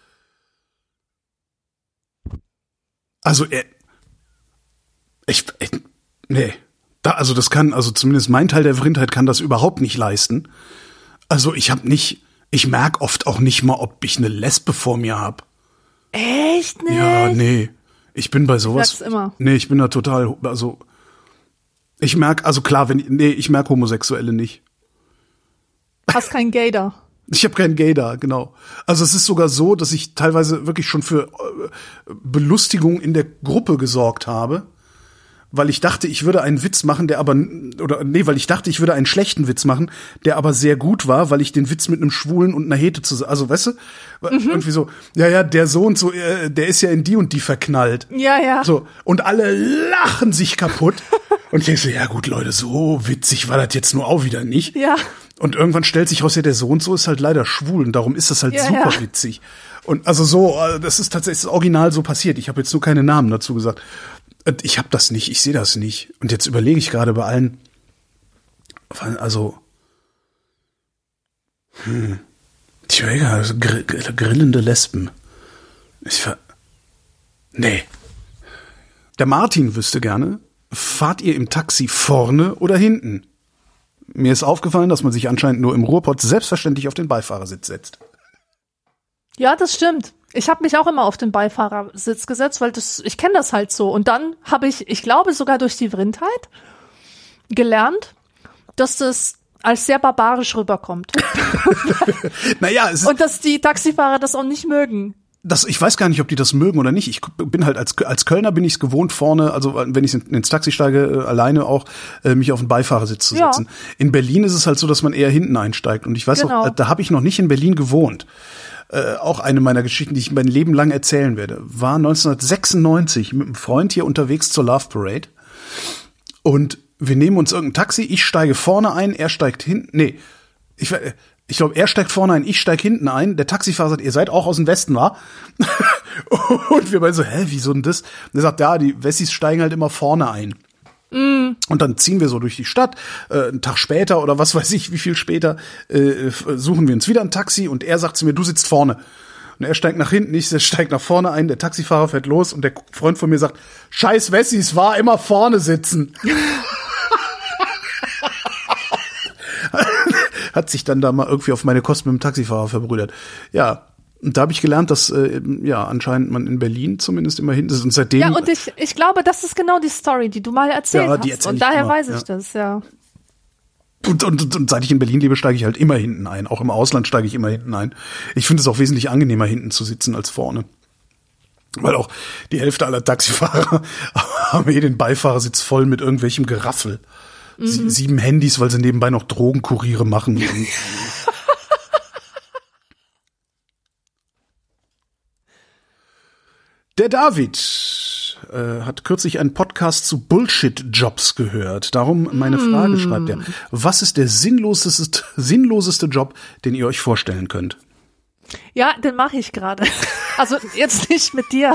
Also, äh, ich, ich, nee, da, also das kann, also zumindest mein Teil der Vrindheit kann das überhaupt nicht leisten. Also ich habe nicht, ich merk oft auch nicht mal, ob ich eine Lesbe vor mir hab. Echt nicht? Ja, nee. Ich bin bei sowas. Ich merk's immer. Nee, ich bin da total, also ich merk, also klar, wenn nee, ich merk Homosexuelle nicht. Hast kein Gay da. Ich habe keinen Gay da, genau. Also es ist sogar so, dass ich teilweise wirklich schon für Belustigung in der Gruppe gesorgt habe. Weil ich dachte, ich würde einen Witz machen, der aber, oder nee, weil ich dachte, ich würde einen schlechten Witz machen, der aber sehr gut war, weil ich den Witz mit einem Schwulen und einer Hete zusammen, also weißt du, mhm. irgendwie so, ja, ja, der so und so, der ist ja in die und die verknallt. Ja, ja. So, und alle lachen sich kaputt. Und ich denke so, ja gut, Leute, so witzig war das jetzt nur auch wieder nicht. Ja. Und irgendwann stellt sich raus, ja, der so und so ist halt leider schwul und darum ist das halt ja, super ja. witzig. Und also so, das ist tatsächlich das Original so passiert. Ich habe jetzt nur keine Namen dazu gesagt. Ich habe das nicht, ich sehe das nicht. Und jetzt überlege ich gerade bei allen, also, hm, ich überlege, also gr- gr- grillende Lesben. Ich ver- nee. Der Martin wüsste gerne, fahrt ihr im Taxi vorne oder hinten? Mir ist aufgefallen, dass man sich anscheinend nur im Ruhrpott selbstverständlich auf den Beifahrersitz setzt. Ja, das stimmt. Ich habe mich auch immer auf den Beifahrersitz gesetzt, weil das, ich kenne das halt so. Und dann habe ich, ich glaube sogar durch die Vrindheit gelernt, dass das als sehr barbarisch rüberkommt. Naja, es ist und dass die Taxifahrer das auch nicht mögen. Das, ich weiß gar nicht, ob die das mögen oder nicht. Ich bin halt als als Kölner bin ich es gewohnt, vorne, also wenn ich ins Taxi steige, äh, alleine auch äh, mich auf den Beifahrersitz zu setzen. Ja. In Berlin ist es halt so, dass man eher hinten einsteigt. Und ich weiß genau. auch, da habe ich noch nicht in Berlin gewohnt. Äh, auch eine meiner Geschichten, die ich mein Leben lang erzählen werde, war neunzehnhundertsechsundneunzig mit einem Freund hier unterwegs zur Love Parade. Und wir nehmen uns irgendein Taxi, ich steige vorne ein, er steigt hinten, nee, ich, ich glaube, er steigt vorne ein, ich steige hinten ein, der Taxifahrer sagt, ihr seid auch aus dem Westen, wa? Und wir beide so, hä, wieso denn das? Und er sagt, ja, die Wessis steigen halt immer vorne ein. Mm. Und dann ziehen wir so durch die Stadt, äh, einen Tag später oder was weiß ich, wie viel später, äh, suchen wir uns wieder ein Taxi und er sagt zu mir, du sitzt vorne. Und er steigt nach hinten, ich steig nach vorne ein, der Taxifahrer fährt los und der Freund von mir sagt, scheiß Wessis, war immer vorne sitzen. Hat sich dann da mal irgendwie auf meine Kosten mit dem Taxifahrer verbrüdert. Ja, und da habe ich gelernt, dass äh, ja anscheinend man in Berlin zumindest immer hinten ist. Und seitdem. Ja, und ich, ich glaube, das ist genau die Story, die du mal erzählt ja, die hast. Und daher immer, weiß ich ja. das, ja. Und, und, und seit ich in Berlin lebe, steige ich halt immer hinten ein. Auch im Ausland steige ich immer hinten ein. Ich finde es auch wesentlich angenehmer, hinten zu sitzen als vorne. Weil auch die Hälfte aller Taxifahrer haben eh den Beifahrersitz voll mit irgendwelchem Geraffel. Sie, sieben Handys, weil sie nebenbei noch Drogenkuriere machen. Der David äh, hat kürzlich einen Podcast zu Bullshit-Jobs gehört. Darum meine Frage, mm. schreibt er. Was ist der sinnloseste, sinnloseste Job, den ihr euch vorstellen könnt? Ja, den mache ich gerade. Also jetzt nicht mit dir.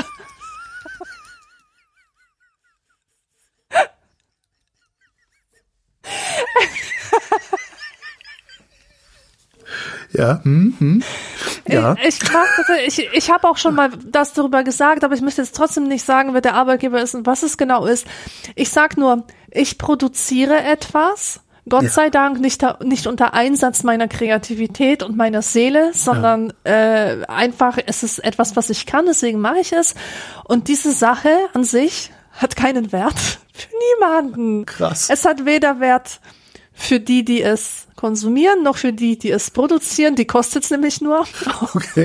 Ja, hm, hm. Ja. Ich, ich, ich, ich habe auch schon mal das darüber gesagt, aber ich möchte jetzt trotzdem nicht sagen, wer der Arbeitgeber ist und was es genau ist. Ich sag nur, ich produziere etwas, Gott ja. sei Dank nicht, nicht unter Einsatz meiner Kreativität und meiner Seele, sondern ja. äh, einfach, es ist etwas, was ich kann, deswegen mache ich es. Und diese Sache an sich hat keinen Wert für niemanden. Krass. Es hat weder Wert für die, die es konsumieren, noch für die, die es produzieren. Die kostet es nämlich nur. Okay.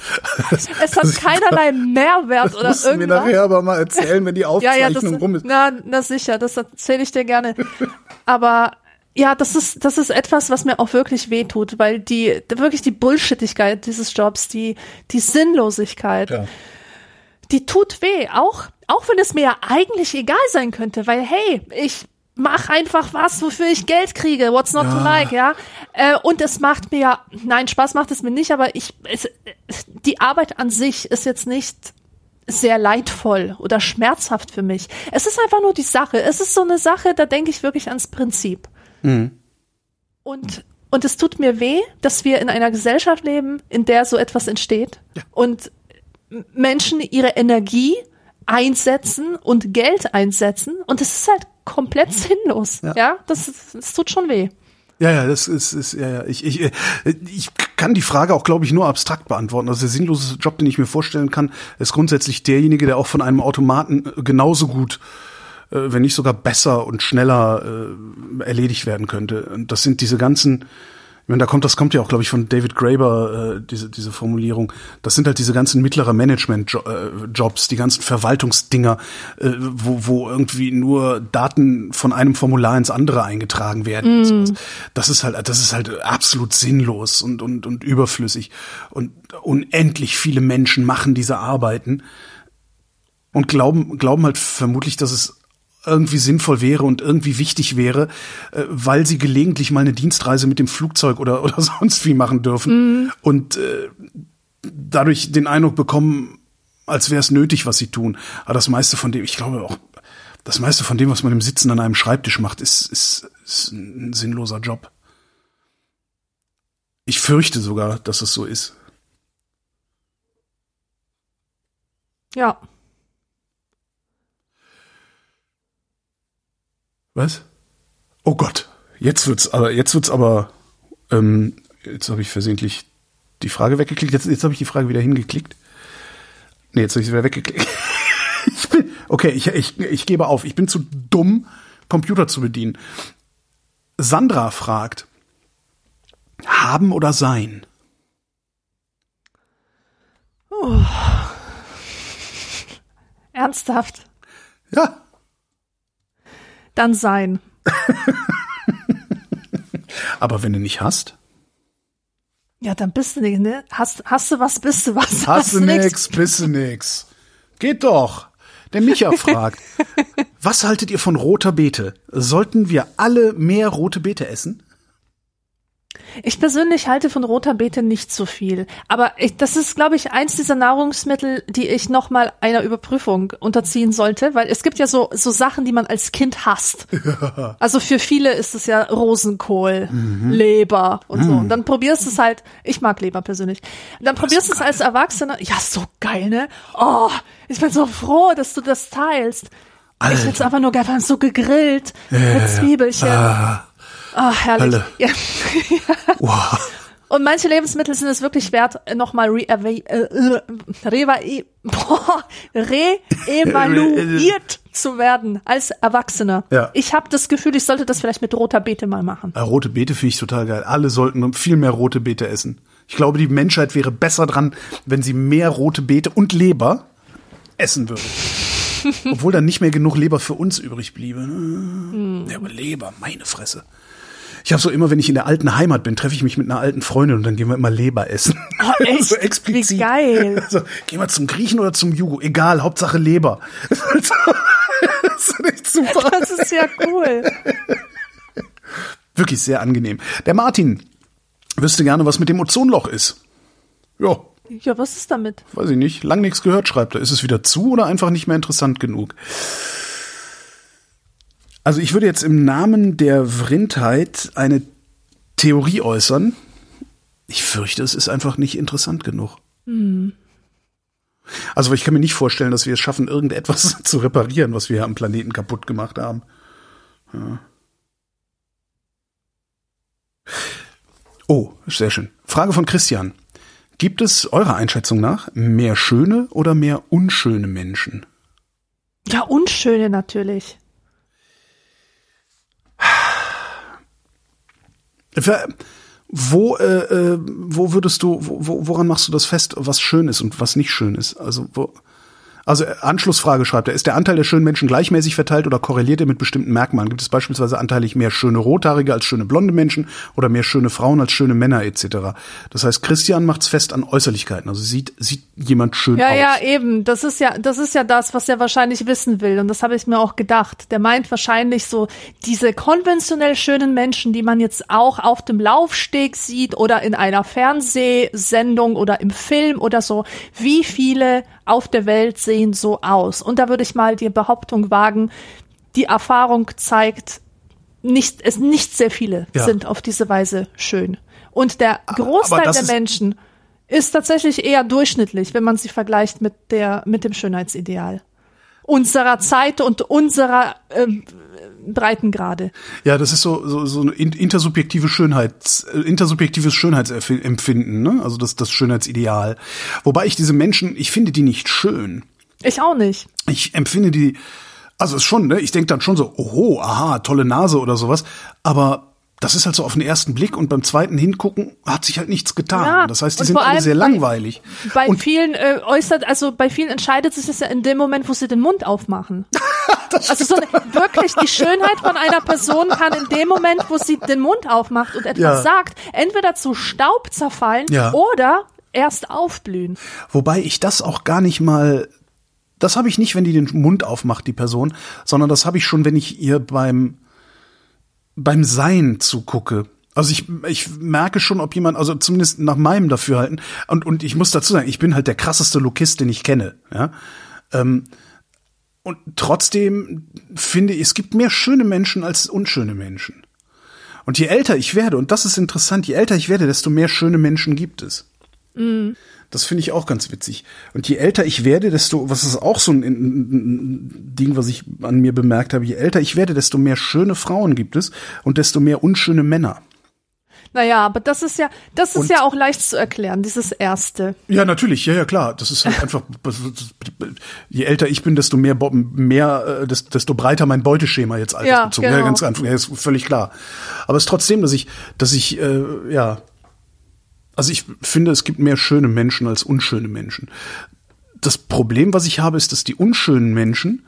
Es hat keinerlei Mehrwert oder irgendwas. irgendwas. Mir nachher aber mal erzählen, wenn die Aufzeichnung ja, ja, das, rum ist. Na, na sicher, das erzähle ich dir gerne. Aber ja, das ist, das ist etwas, was mir auch wirklich wehtut, weil die, wirklich die Bullshittigkeit dieses Jobs, die, die Sinnlosigkeit, ja. die tut weh. Auch, auch wenn es mir ja eigentlich egal sein könnte, weil hey, ich mach einfach was, wofür ich Geld kriege. What's not ja. to like, ja? Äh, und es macht mir ja, nein, Spaß macht es mir nicht, aber ich, es, die Arbeit an sich ist jetzt nicht sehr leidvoll oder schmerzhaft für mich. Es ist einfach nur die Sache. Es ist so eine Sache, da denke ich wirklich ans Prinzip. Mhm. Und, und es tut mir weh, dass wir in einer Gesellschaft leben, in der so etwas entsteht ja. und Menschen ihre Energie einsetzen und Geld einsetzen und es ist halt komplett sinnlos. Ja, ja das, das tut schon weh. Ja, ja, das ist, ist ja, ja, ich, ich, ich kann die Frage auch, glaube ich, nur abstrakt beantworten. Also der sinnloseste Job, den ich mir vorstellen kann, ist grundsätzlich derjenige, der auch von einem Automaten genauso gut, äh, wenn nicht sogar besser und schneller äh, erledigt werden könnte. Und das sind diese ganzen, ich meine, da kommt, das kommt ja auch, glaube ich, von David Graeber, äh, diese diese Formulierung. Das sind halt diese ganzen mittlere Management-Jobs, die ganzen Verwaltungsdinger, äh, wo wo irgendwie nur Daten von einem Formular ins andere eingetragen werden. Mm. Das ist halt, das ist halt absolut sinnlos und und und überflüssig. Und unendlich viele Menschen machen diese Arbeiten und glauben glauben halt vermutlich, dass es irgendwie sinnvoll wäre und irgendwie wichtig wäre, äh, weil sie gelegentlich mal eine Dienstreise mit dem Flugzeug oder oder sonst wie machen dürfen mm. und äh, dadurch den Eindruck bekommen, als wäre es nötig, was sie tun. Aber das meiste von dem, ich glaube auch, das meiste von dem, was man im Sitzen an einem Schreibtisch macht, ist, ist, ist ein sinnloser Job. Ich fürchte sogar, dass es so ist. Ja. Was? Oh Gott, jetzt wird's aber, jetzt wird's aber, ähm, jetzt habe ich versehentlich die Frage weggeklickt, jetzt, jetzt habe ich die Frage wieder hingeklickt. Nee, jetzt habe ich sie wieder weggeklickt. Ich bin, okay, ich, ich, ich gebe auf. Ich bin zu dumm, Computer zu bedienen. Sandra fragt, haben oder sein? Oh. Ernsthaft? Ja. Dann sein. Aber wenn du nicht hast? Ja, dann bist du nicht, ne? Hast, hast du was, bist du was. Hast, hast du nix, bist du nix. Geht doch. Der Micha fragt, was haltet ihr von roter Beete? Sollten wir alle mehr rote Beete essen? Ich persönlich halte von roter Beete nicht so viel. Aber ich, das ist, glaube ich, eins dieser Nahrungsmittel, die ich noch mal einer Überprüfung unterziehen sollte. Weil es gibt ja so so Sachen, die man als Kind hasst. Ja. Also für viele ist es ja Rosenkohl, mhm. Leber und mhm. so. Und dann probierst du es halt, ich mag Leber persönlich. Und dann das probierst du es als Erwachsener. Ja, so geil, ne? Oh, ich bin so froh, dass du das teilst. Alter. Ich hätte es einfach nur gerne so gegrillt ja, mit Zwiebelchen. Ja. Ah, oh, herrlich. Ja. Wow. Und manche Lebensmittel sind es wirklich wert, nochmal re äh, re re-evaluiert zu werden als Erwachsener. Ja. Ich habe das Gefühl, ich sollte das vielleicht mit roter Beete mal machen. Ja, rote Beete finde ich total geil. Alle sollten viel mehr rote Beete essen. Ich glaube, die Menschheit wäre besser dran, wenn sie mehr rote Beete und Leber essen würde. Obwohl dann nicht mehr genug Leber für uns übrig bliebe. Mm. Ja, aber Leber, meine Fresse. Ich habe so immer, wenn ich in der alten Heimat bin, treffe ich mich mit einer alten Freundin und dann gehen wir immer Leber essen. Oh, echt? So explizit. Wie geil. Also, gehen wir zum Griechen oder zum Jugo? Egal, Hauptsache Leber. Das ist echt super. Das ist ja cool. Wirklich sehr angenehm. Der Martin wüsste gerne, was mit dem Ozonloch ist. Ja. Ja, was ist damit? Weiß ich nicht. Lang nichts gehört, schreibt er. Ist es wieder zu oder einfach nicht mehr interessant genug? Also ich würde jetzt im Namen der Vrindheit eine Theorie äußern. Ich fürchte, es ist einfach nicht interessant genug. Mhm. Also ich kann mir nicht vorstellen, dass wir es schaffen, irgendetwas zu reparieren, was wir hier am Planeten kaputt gemacht haben. Ja. Oh, sehr schön. Frage von Christian. Gibt es eurer Einschätzung nach mehr schöne oder mehr unschöne Menschen? Ja, unschöne natürlich. Wo, äh, wo würdest du, wo, woran machst du das fest, was schön ist und was nicht schön ist? Also, wo, also Anschlussfrage schreibt er, ist der Anteil der schönen Menschen gleichmäßig verteilt oder korreliert er mit bestimmten Merkmalen? Gibt es beispielsweise anteilig mehr schöne Rothaarige als schöne blonde Menschen oder mehr schöne Frauen als schöne Männer et cetera? Das heißt, Christian macht's fest an Äußerlichkeiten. Also sieht sieht jemand schön ja, aus. Ja, ja, eben. Das ist ja das ist ja das, was er wahrscheinlich wissen will. Und das habe ich mir auch gedacht. Der meint wahrscheinlich so diese konventionell schönen Menschen, die man jetzt auch auf dem Laufsteg sieht oder in einer Fernsehsendung oder im Film oder so. Wie viele auf der Welt sehen so aus. Und da würde ich mal die Behauptung wagen, die Erfahrung zeigt, nicht, es nicht sehr viele ja. sind auf diese Weise schön. Und der Großteil der Menschen ist tatsächlich eher durchschnittlich, wenn man sie vergleicht mit der, mit dem Schönheitsideal unserer Zeit und unserer ähm, Breitengrade. Ja, das ist so so, so ein intersubjektive Schönheits intersubjektives Schönheitsempfinden, ne? Also das das Schönheitsideal. Wobei ich diese Menschen, ich finde die nicht schön. Ich auch nicht. Ich empfinde die, also es ist schon, ne? Ich denke dann schon so, oho, aha, tolle Nase oder sowas, aber das ist halt so auf den ersten Blick und beim zweiten Hingucken hat sich halt nichts getan. Ja, das heißt, die sind alle sehr langweilig. Bei, bei vielen äh, äußert, also bei vielen entscheidet sich das ja in dem Moment, wo sie den Mund aufmachen. Also so eine, wirklich die Schönheit von einer Person kann in dem Moment, wo sie den Mund aufmacht und etwas ja. sagt, entweder zu Staub zerfallen ja. oder erst aufblühen. Wobei ich das auch gar nicht mal, das habe ich nicht, wenn die den Mund aufmacht, die Person, sondern das habe ich schon, wenn ich ihr beim beim Sein zugucke. Also ich ich merke schon, ob jemand, also zumindest nach meinem Dafürhalten, und und ich muss dazu sagen, ich bin halt der krasseste Lookist, den ich kenne, ja. Ähm, und trotzdem finde ich, es gibt mehr schöne Menschen als unschöne Menschen. Und je älter ich werde, und das ist interessant, je älter ich werde, desto mehr schöne Menschen gibt es. Mhm. Das finde ich auch ganz witzig. Und je älter ich werde, desto, was ist auch so ein, ein Ding, was ich an mir bemerkt habe, je älter ich werde, desto mehr schöne Frauen gibt es und desto mehr unschöne Männer. Naja, aber das ist ja, das ist Und- ja auch leicht zu erklären, dieses Erste. Ja, natürlich, ja, ja, klar. Das ist halt einfach, je älter ich bin, desto mehr, Bo- mehr, äh, desto, desto breiter mein Beuteschema jetzt altersbezogen. Ja, Ja, genau. ganz einfach, ja, ist völlig klar. Aber es ist trotzdem, dass ich, dass ich, äh, ja, also ich finde, es gibt mehr schöne Menschen als unschöne Menschen. Das Problem, was ich habe, ist, dass die unschönen Menschen,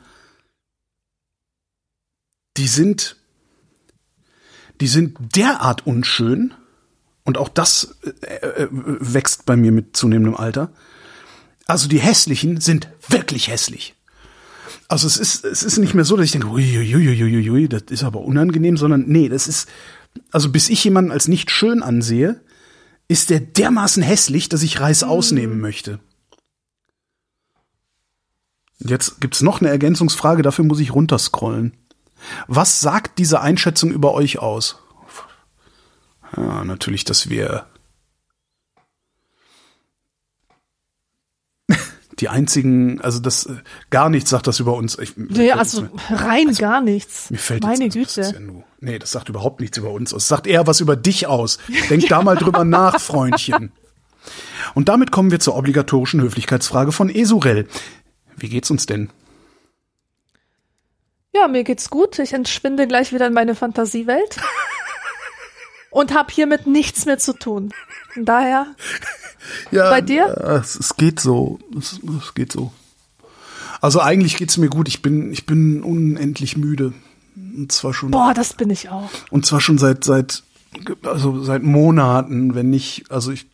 die sind, die sind derart unschön, und auch das äh, äh, wächst bei mir mit zunehmendem Alter. Also die Hässlichen sind wirklich hässlich. Also es ist, es ist nicht mehr so, dass ich denke, uiuiuiuiui, das ist aber unangenehm, sondern nee, das ist, also bis ich jemanden als nicht schön ansehe, ist der dermaßen hässlich, dass ich Reiß ausnehmen möchte. Und jetzt gibt's noch eine Ergänzungsfrage, dafür muss ich runterscrollen. Was sagt diese Einschätzung über euch aus? Ja, natürlich, dass wir die einzigen, also das äh, gar nichts sagt das über uns. Ich, mir Ja, fällt also jetzt mehr- rein gar nichts. mir fällt Meine jetzt, also, das ist Güte. ja nur, nee, das sagt überhaupt nichts über uns aus. Es sagt eher was über dich aus. Denk da mal drüber nach, Freundchen. Und damit kommen wir zur obligatorischen Höflichkeitsfrage von Esurel. Wie geht's uns denn? Ja, mir geht's gut. Ich entschwinde gleich wieder in meine Fantasiewelt. Und hab hiermit nichts mehr zu tun. Von daher, Ja, Bei dir? äh, Es, es geht so. Es, es geht so. Also eigentlich geht's mir gut. Ich bin, ich bin unendlich müde. Und zwar schon. boah, das bin ich auch. Und zwar schon seit, seit, also seit Monaten, wenn nicht, also ich,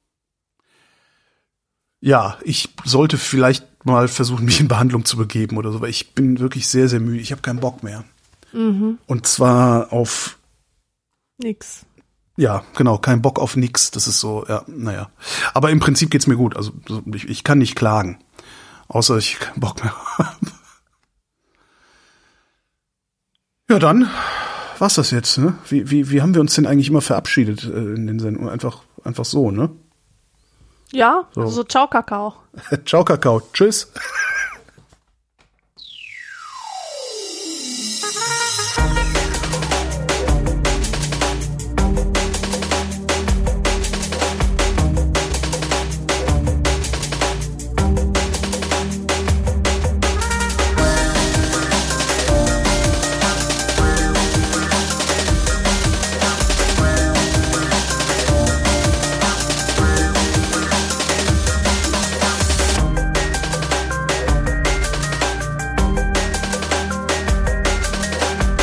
ja, ich sollte vielleicht mal versuchen, mich in Behandlung zu begeben oder so, weil ich bin wirklich sehr, sehr müde. Ich habe keinen Bock mehr. Mhm. Und zwar auf, Nix. ja, genau, kein Bock auf nix. Das ist so, ja, naja. Aber im Prinzip geht's mir gut. Also so, ich, ich kann nicht klagen. Außer dass ich keinen Bock mehr habe. Ja, dann war's das jetzt, ne? Wie, wie, wie haben wir uns denn eigentlich immer verabschiedet äh, in den Sendungen? Einfach, einfach so, ne? Ja, So. so ciao Kakao. Ciao, Kakao. Tschüss.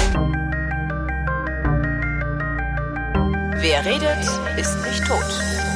Wer redet, ist nicht tot.